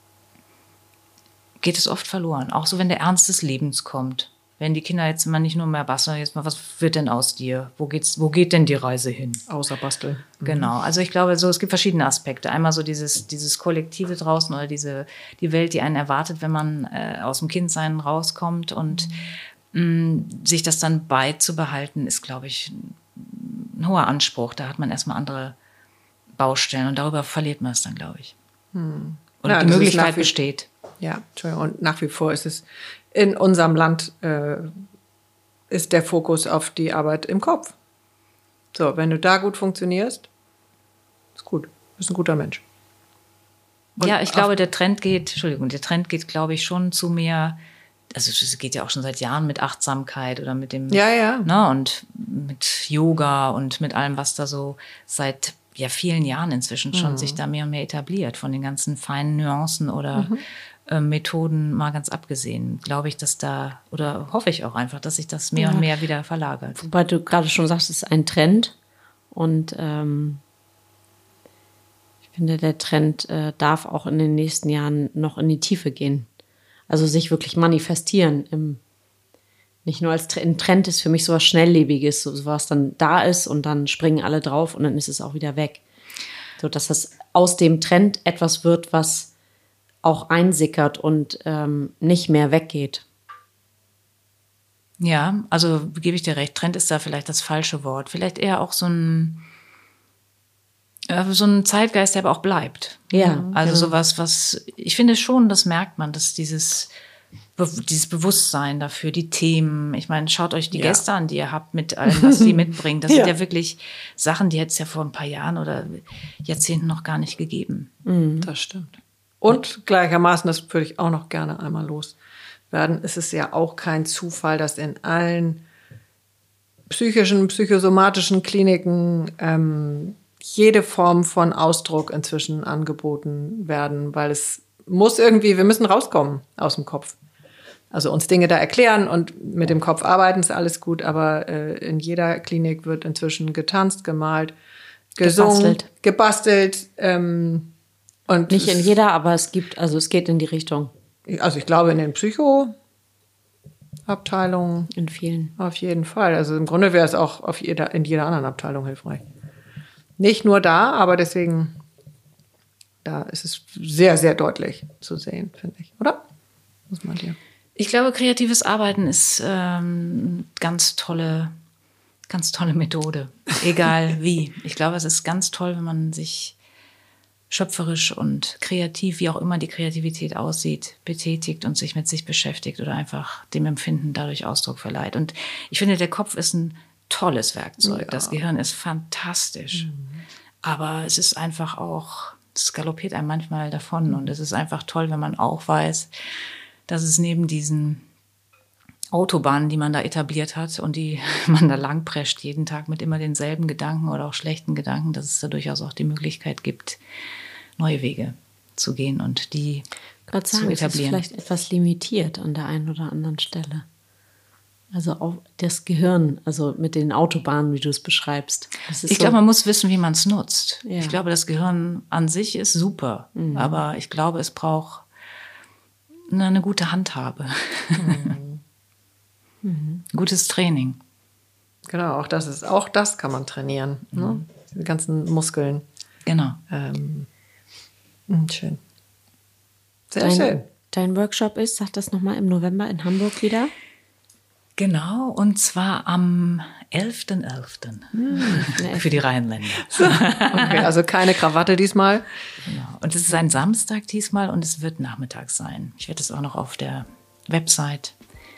geht es oft verloren. Auch so, wenn der Ernst des Lebens kommt. Wenn die Kinder jetzt mal nicht nur mehr basteln, jetzt mal, was wird denn aus dir? Wo geht's, wo geht denn die Reise hin? Außer basteln. Mhm. Genau. Also ich glaube, so, es gibt verschiedene Aspekte. Einmal so dieses, dieses Kollektive draußen oder diese, die Welt, die einen erwartet, wenn man äh, aus dem Kindsein rauskommt und mhm. mh, sich das dann beizubehalten, ist, glaube ich, ein hoher Anspruch. Da hat man erstmal andere Baustellen und darüber verliert man es dann, glaube ich. Mhm. Oder ja, die Möglichkeit wie, besteht. Ja, Entschuldigung. Und nach wie vor ist es in unserem Land äh, ist der Fokus auf die Arbeit im Kopf. So, wenn du da gut funktionierst, ist gut. Bist ein guter Mensch. Und ja, ich glaube, der Trend geht, Entschuldigung, der Trend geht, glaube ich, schon zu mehr, also es geht ja auch schon seit Jahren mit Achtsamkeit oder mit dem, ja, ja. Ne, und mit Yoga und mit allem, was da so seit ja vielen Jahren inzwischen schon mhm. sich da mehr und mehr etabliert, von den ganzen feinen Nuancen oder mhm. Methoden mal ganz abgesehen, glaube ich, dass da, oder hoffe ich auch einfach, dass sich das mehr ja. und mehr wieder verlagert. Wobei du gerade schon sagst, es ist ein Trend und ähm, ich finde, der Trend äh, darf auch in den nächsten Jahren noch in die Tiefe gehen. Also sich wirklich manifestieren. Im, nicht nur als Trend, ein Trend ist für mich sowas Schnelllebiges, so was dann da ist und dann springen alle drauf und dann ist es auch wieder weg. So, dass das aus dem Trend etwas wird, was auch einsickert und ähm, nicht mehr weggeht. Ja, also gebe ich dir recht, Trend ist da vielleicht das falsche Wort. Vielleicht eher auch so ein, äh, so ein Zeitgeist, der aber auch bleibt. Ja. Also genau. sowas, was, ich finde schon, das merkt man, dass dieses, dieses Bewusstsein dafür, die Themen, ich meine, schaut euch die ja. Gäste an, die ihr habt mit allem, was die mitbringen. Das ja. sind ja wirklich Sachen, die hätte es ja vor ein paar Jahren oder Jahrzehnten noch gar nicht gegeben. Mhm. Das stimmt. Und gleichermaßen, das würde ich auch noch gerne einmal loswerden, ist es ja auch kein Zufall, dass in allen psychischen, psychosomatischen Kliniken ähm, jede Form von Ausdruck inzwischen angeboten werden, weil es muss irgendwie, wir müssen rauskommen aus dem Kopf. Also uns Dinge da erklären und mit dem Kopf arbeiten, ist alles gut, aber äh, in jeder Klinik wird inzwischen getanzt, gemalt, gesungen, gebastelt, gebastelt ähm, und nicht in jeder, aber es gibt, also es geht in die Richtung. Also ich glaube in den Psychoabteilungen. In vielen. Auf jeden Fall. Also im Grunde wäre es auch auf jeder, in jeder anderen Abteilung hilfreich. Nicht nur da, aber deswegen, da ist es sehr, sehr deutlich zu sehen, finde ich. Oder? Was meint ihr? Ich glaube, kreatives Arbeiten ist ähm, ganz tolle Ganz tolle Methode. Egal wie. Ich glaube, es ist ganz toll, wenn man sich schöpferisch und kreativ, wie auch immer die Kreativität aussieht, betätigt und sich mit sich beschäftigt oder einfach dem Empfinden dadurch Ausdruck verleiht. Und ich finde, der Kopf ist ein tolles Werkzeug. Ja. Das Gehirn ist fantastisch. Mhm. Aber es ist einfach auch, es galoppiert einem manchmal davon. Und es ist einfach toll, wenn man auch weiß, dass es neben diesen Autobahnen, die man da etabliert hat und die man da langprescht jeden Tag mit immer denselben Gedanken oder auch schlechten Gedanken, dass es da durchaus auch die Möglichkeit gibt, neue Wege zu gehen und die Gott zu sagen, etablieren. Es ist vielleicht etwas limitiert an der einen oder anderen Stelle. Also auch das Gehirn, also mit den Autobahnen, wie du es beschreibst. Ich so glaube, man muss wissen, wie man es nutzt. Ja. Ich glaube, das Gehirn an sich ist super, mhm. aber ich glaube, es braucht eine, eine gute Handhabe. Mhm. Mhm. Gutes Training. Genau, auch das ist, auch das kann man trainieren. Mhm. Ne? Die ganzen Muskeln. Genau. Ähm, schön. Sehr dein, schön. Dein Workshop ist, sag das nochmal, im November in Hamburg wieder? Genau, und zwar am elften elften Hm, für die Rheinländer. Okay, also keine Krawatte diesmal. Genau. Und es ist ein Samstag diesmal und es wird nachmittags sein. Ich werde es auch noch auf der Website.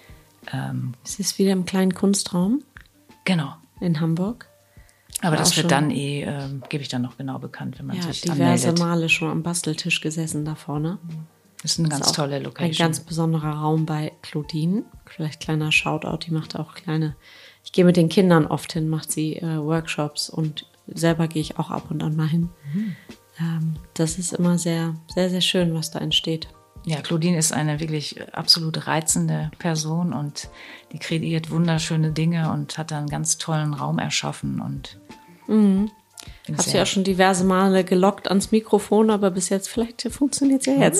Ähm, es ist wieder im kleinen Kunstraum. Genau. In Hamburg. Aber das wird dann eh, äh, gebe ich dann noch genau bekannt, wenn man ja, sich diverse anmeldet. Male schon am Basteltisch gesessen da vorne. Das ist eine ganz ist tolle Location. Ein ganz besonderer Raum bei Claudine. Vielleicht kleiner Shoutout, die macht auch kleine, ich gehe mit den Kindern oft hin, macht sie äh, Workshops und selber gehe ich auch ab und an mal hin. Mhm. Ähm, das ist immer sehr, sehr, sehr schön, was da entsteht. Ja, Claudine ist eine wirklich absolut reizende Person und die kreiert wunderschöne Dinge und hat da einen ganz tollen Raum erschaffen. Und mhm. Hat sie auch schon diverse Male gelockt ans Mikrofon, aber bis jetzt, vielleicht funktioniert es ja jetzt.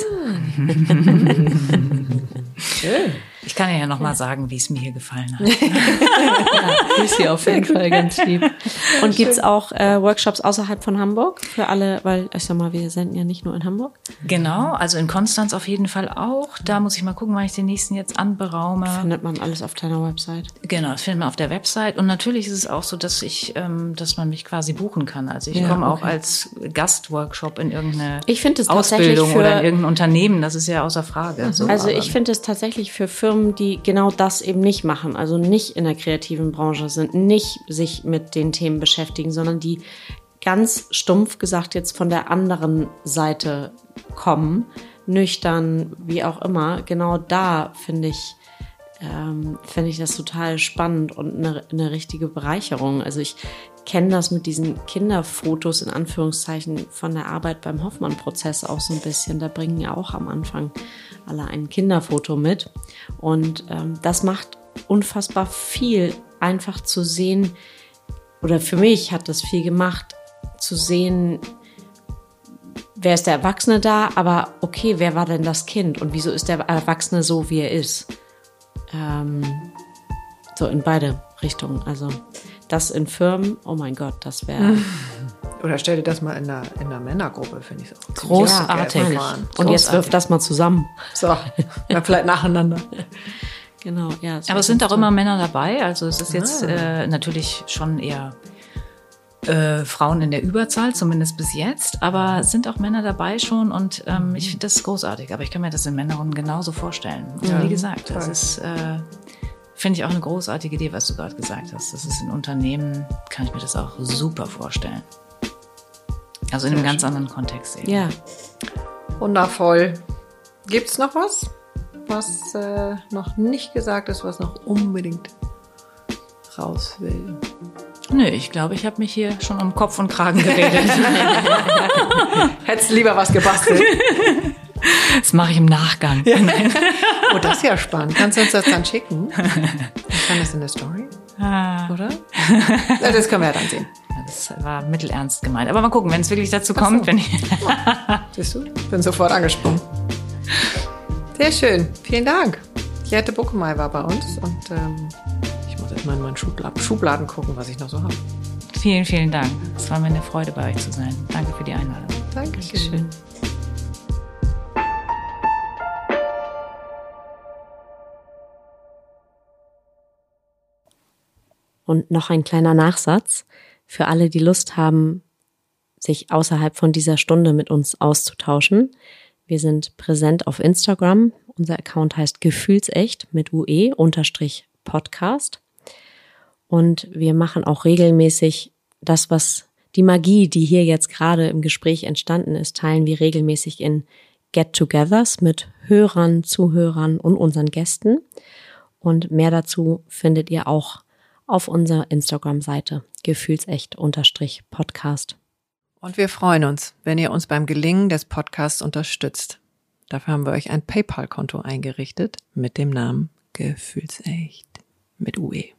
Schön. Ich kann ja noch mal sagen, wie es mir hier gefallen hat. Ja, ist hier auf jeden Fall ganz lieb. Und gibt es auch äh, Workshops außerhalb von Hamburg für alle, weil ich sag mal, wir senden ja nicht nur in Hamburg. Genau, also in Konstanz auf jeden Fall auch. Da muss ich mal gucken, wann ich den nächsten jetzt anberaume. Findet man alles auf deiner Website. Genau, das findet man auf der Website. Und natürlich ist es auch so, dass ich, ähm, dass man mich quasi buchen kann. Also ich ja, komme auch okay. als Gastworkshop in irgendeine ich es Ausbildung für, oder in irgendein Unternehmen. Das ist ja außer Frage. So, also ich finde es tatsächlich für Firmen, die genau das eben nicht machen, also nicht in der kreativen Branche sind, nicht sich mit den Themen beschäftigen, sondern die ganz stumpf gesagt jetzt von der anderen Seite kommen, nüchtern, wie auch immer. Genau da finde ich, ähm, finde ich das total spannend und eine, eine richtige Bereicherung. Also ich kenne das mit diesen Kinderfotos in Anführungszeichen von der Arbeit beim Hoffmann-Prozess auch so ein bisschen. Da bringen ja auch am Anfang alle ein Kinderfoto mit. Und ähm, das macht unfassbar viel, einfach zu sehen, oder für mich hat das viel gemacht, zu sehen, wer ist der Erwachsene da, aber okay, wer war denn das Kind und wieso ist der Erwachsene so, wie er ist? Ähm, so in beide Richtungen. Also das in Firmen, oh mein Gott, das wäre... Oder stell dir das mal in einer, in einer Männergruppe, finde ich auch großartig. Und großartig. Jetzt wirf das mal zusammen. So, dann vielleicht nacheinander. Genau, ja. Aber es sind auch toll. Immer Männer dabei. Also es ist jetzt ah. äh, natürlich schon eher äh, Frauen in der Überzahl, zumindest bis jetzt. Aber es sind auch Männer dabei schon und ähm, ich finde das großartig. Aber ich kann mir das in Männerrunden genauso vorstellen. Und ja, wie gesagt, das ist... Äh, Finde ich auch eine großartige Idee, was du gerade gesagt hast. Das ist in Unternehmen, kann ich mir das auch super vorstellen. Also in einem ganz anderen Kontext eben. Ja. Wundervoll. Gibt es noch was, was äh, noch nicht gesagt ist, was noch unbedingt raus will? Nö, ich glaube, ich habe mich hier schon um Kopf und Kragen geredet. Hättest du lieber was gebastelt? Das mache ich im Nachgang. Ja. Oh, das ist ja spannend. Kannst du uns das dann schicken? Ich kann das in der Story, ah. oder? Ja, das können wir ja dann sehen. Ja, das war mittelernst gemeint. Aber mal gucken, wenn es wirklich dazu kommt. So. Wenn ich Siehst du? Bin sofort angesprungen. Sehr schön. Vielen Dank. Jette Buckemeyer war bei uns und ähm, ich muss jetzt mal in meinen Schubladen, Schubladen gucken, was ich noch so habe. Vielen, vielen Dank. Es war mir eine Freude, bei euch zu sein. Danke für die Einladung. Dankeschön. Und noch ein kleiner Nachsatz für alle, die Lust haben, sich außerhalb von dieser Stunde mit uns auszutauschen. Wir sind präsent auf Instagram. Unser Account heißt gefühlsecht mit U E unterstrich Podcast. Und wir machen auch regelmäßig das, was die Magie, die hier jetzt gerade im Gespräch entstanden ist, teilen wir regelmäßig in Get-togethers mit Hörern, Zuhörern und unseren Gästen. Und mehr dazu findet ihr auch auf unserer Instagram-Seite gefühlsecht-podcast. Und wir freuen uns, wenn ihr uns beim Gelingen des Podcasts unterstützt. Dafür haben wir euch ein PayPal-Konto eingerichtet mit dem Namen Gefühlsecht mit U E.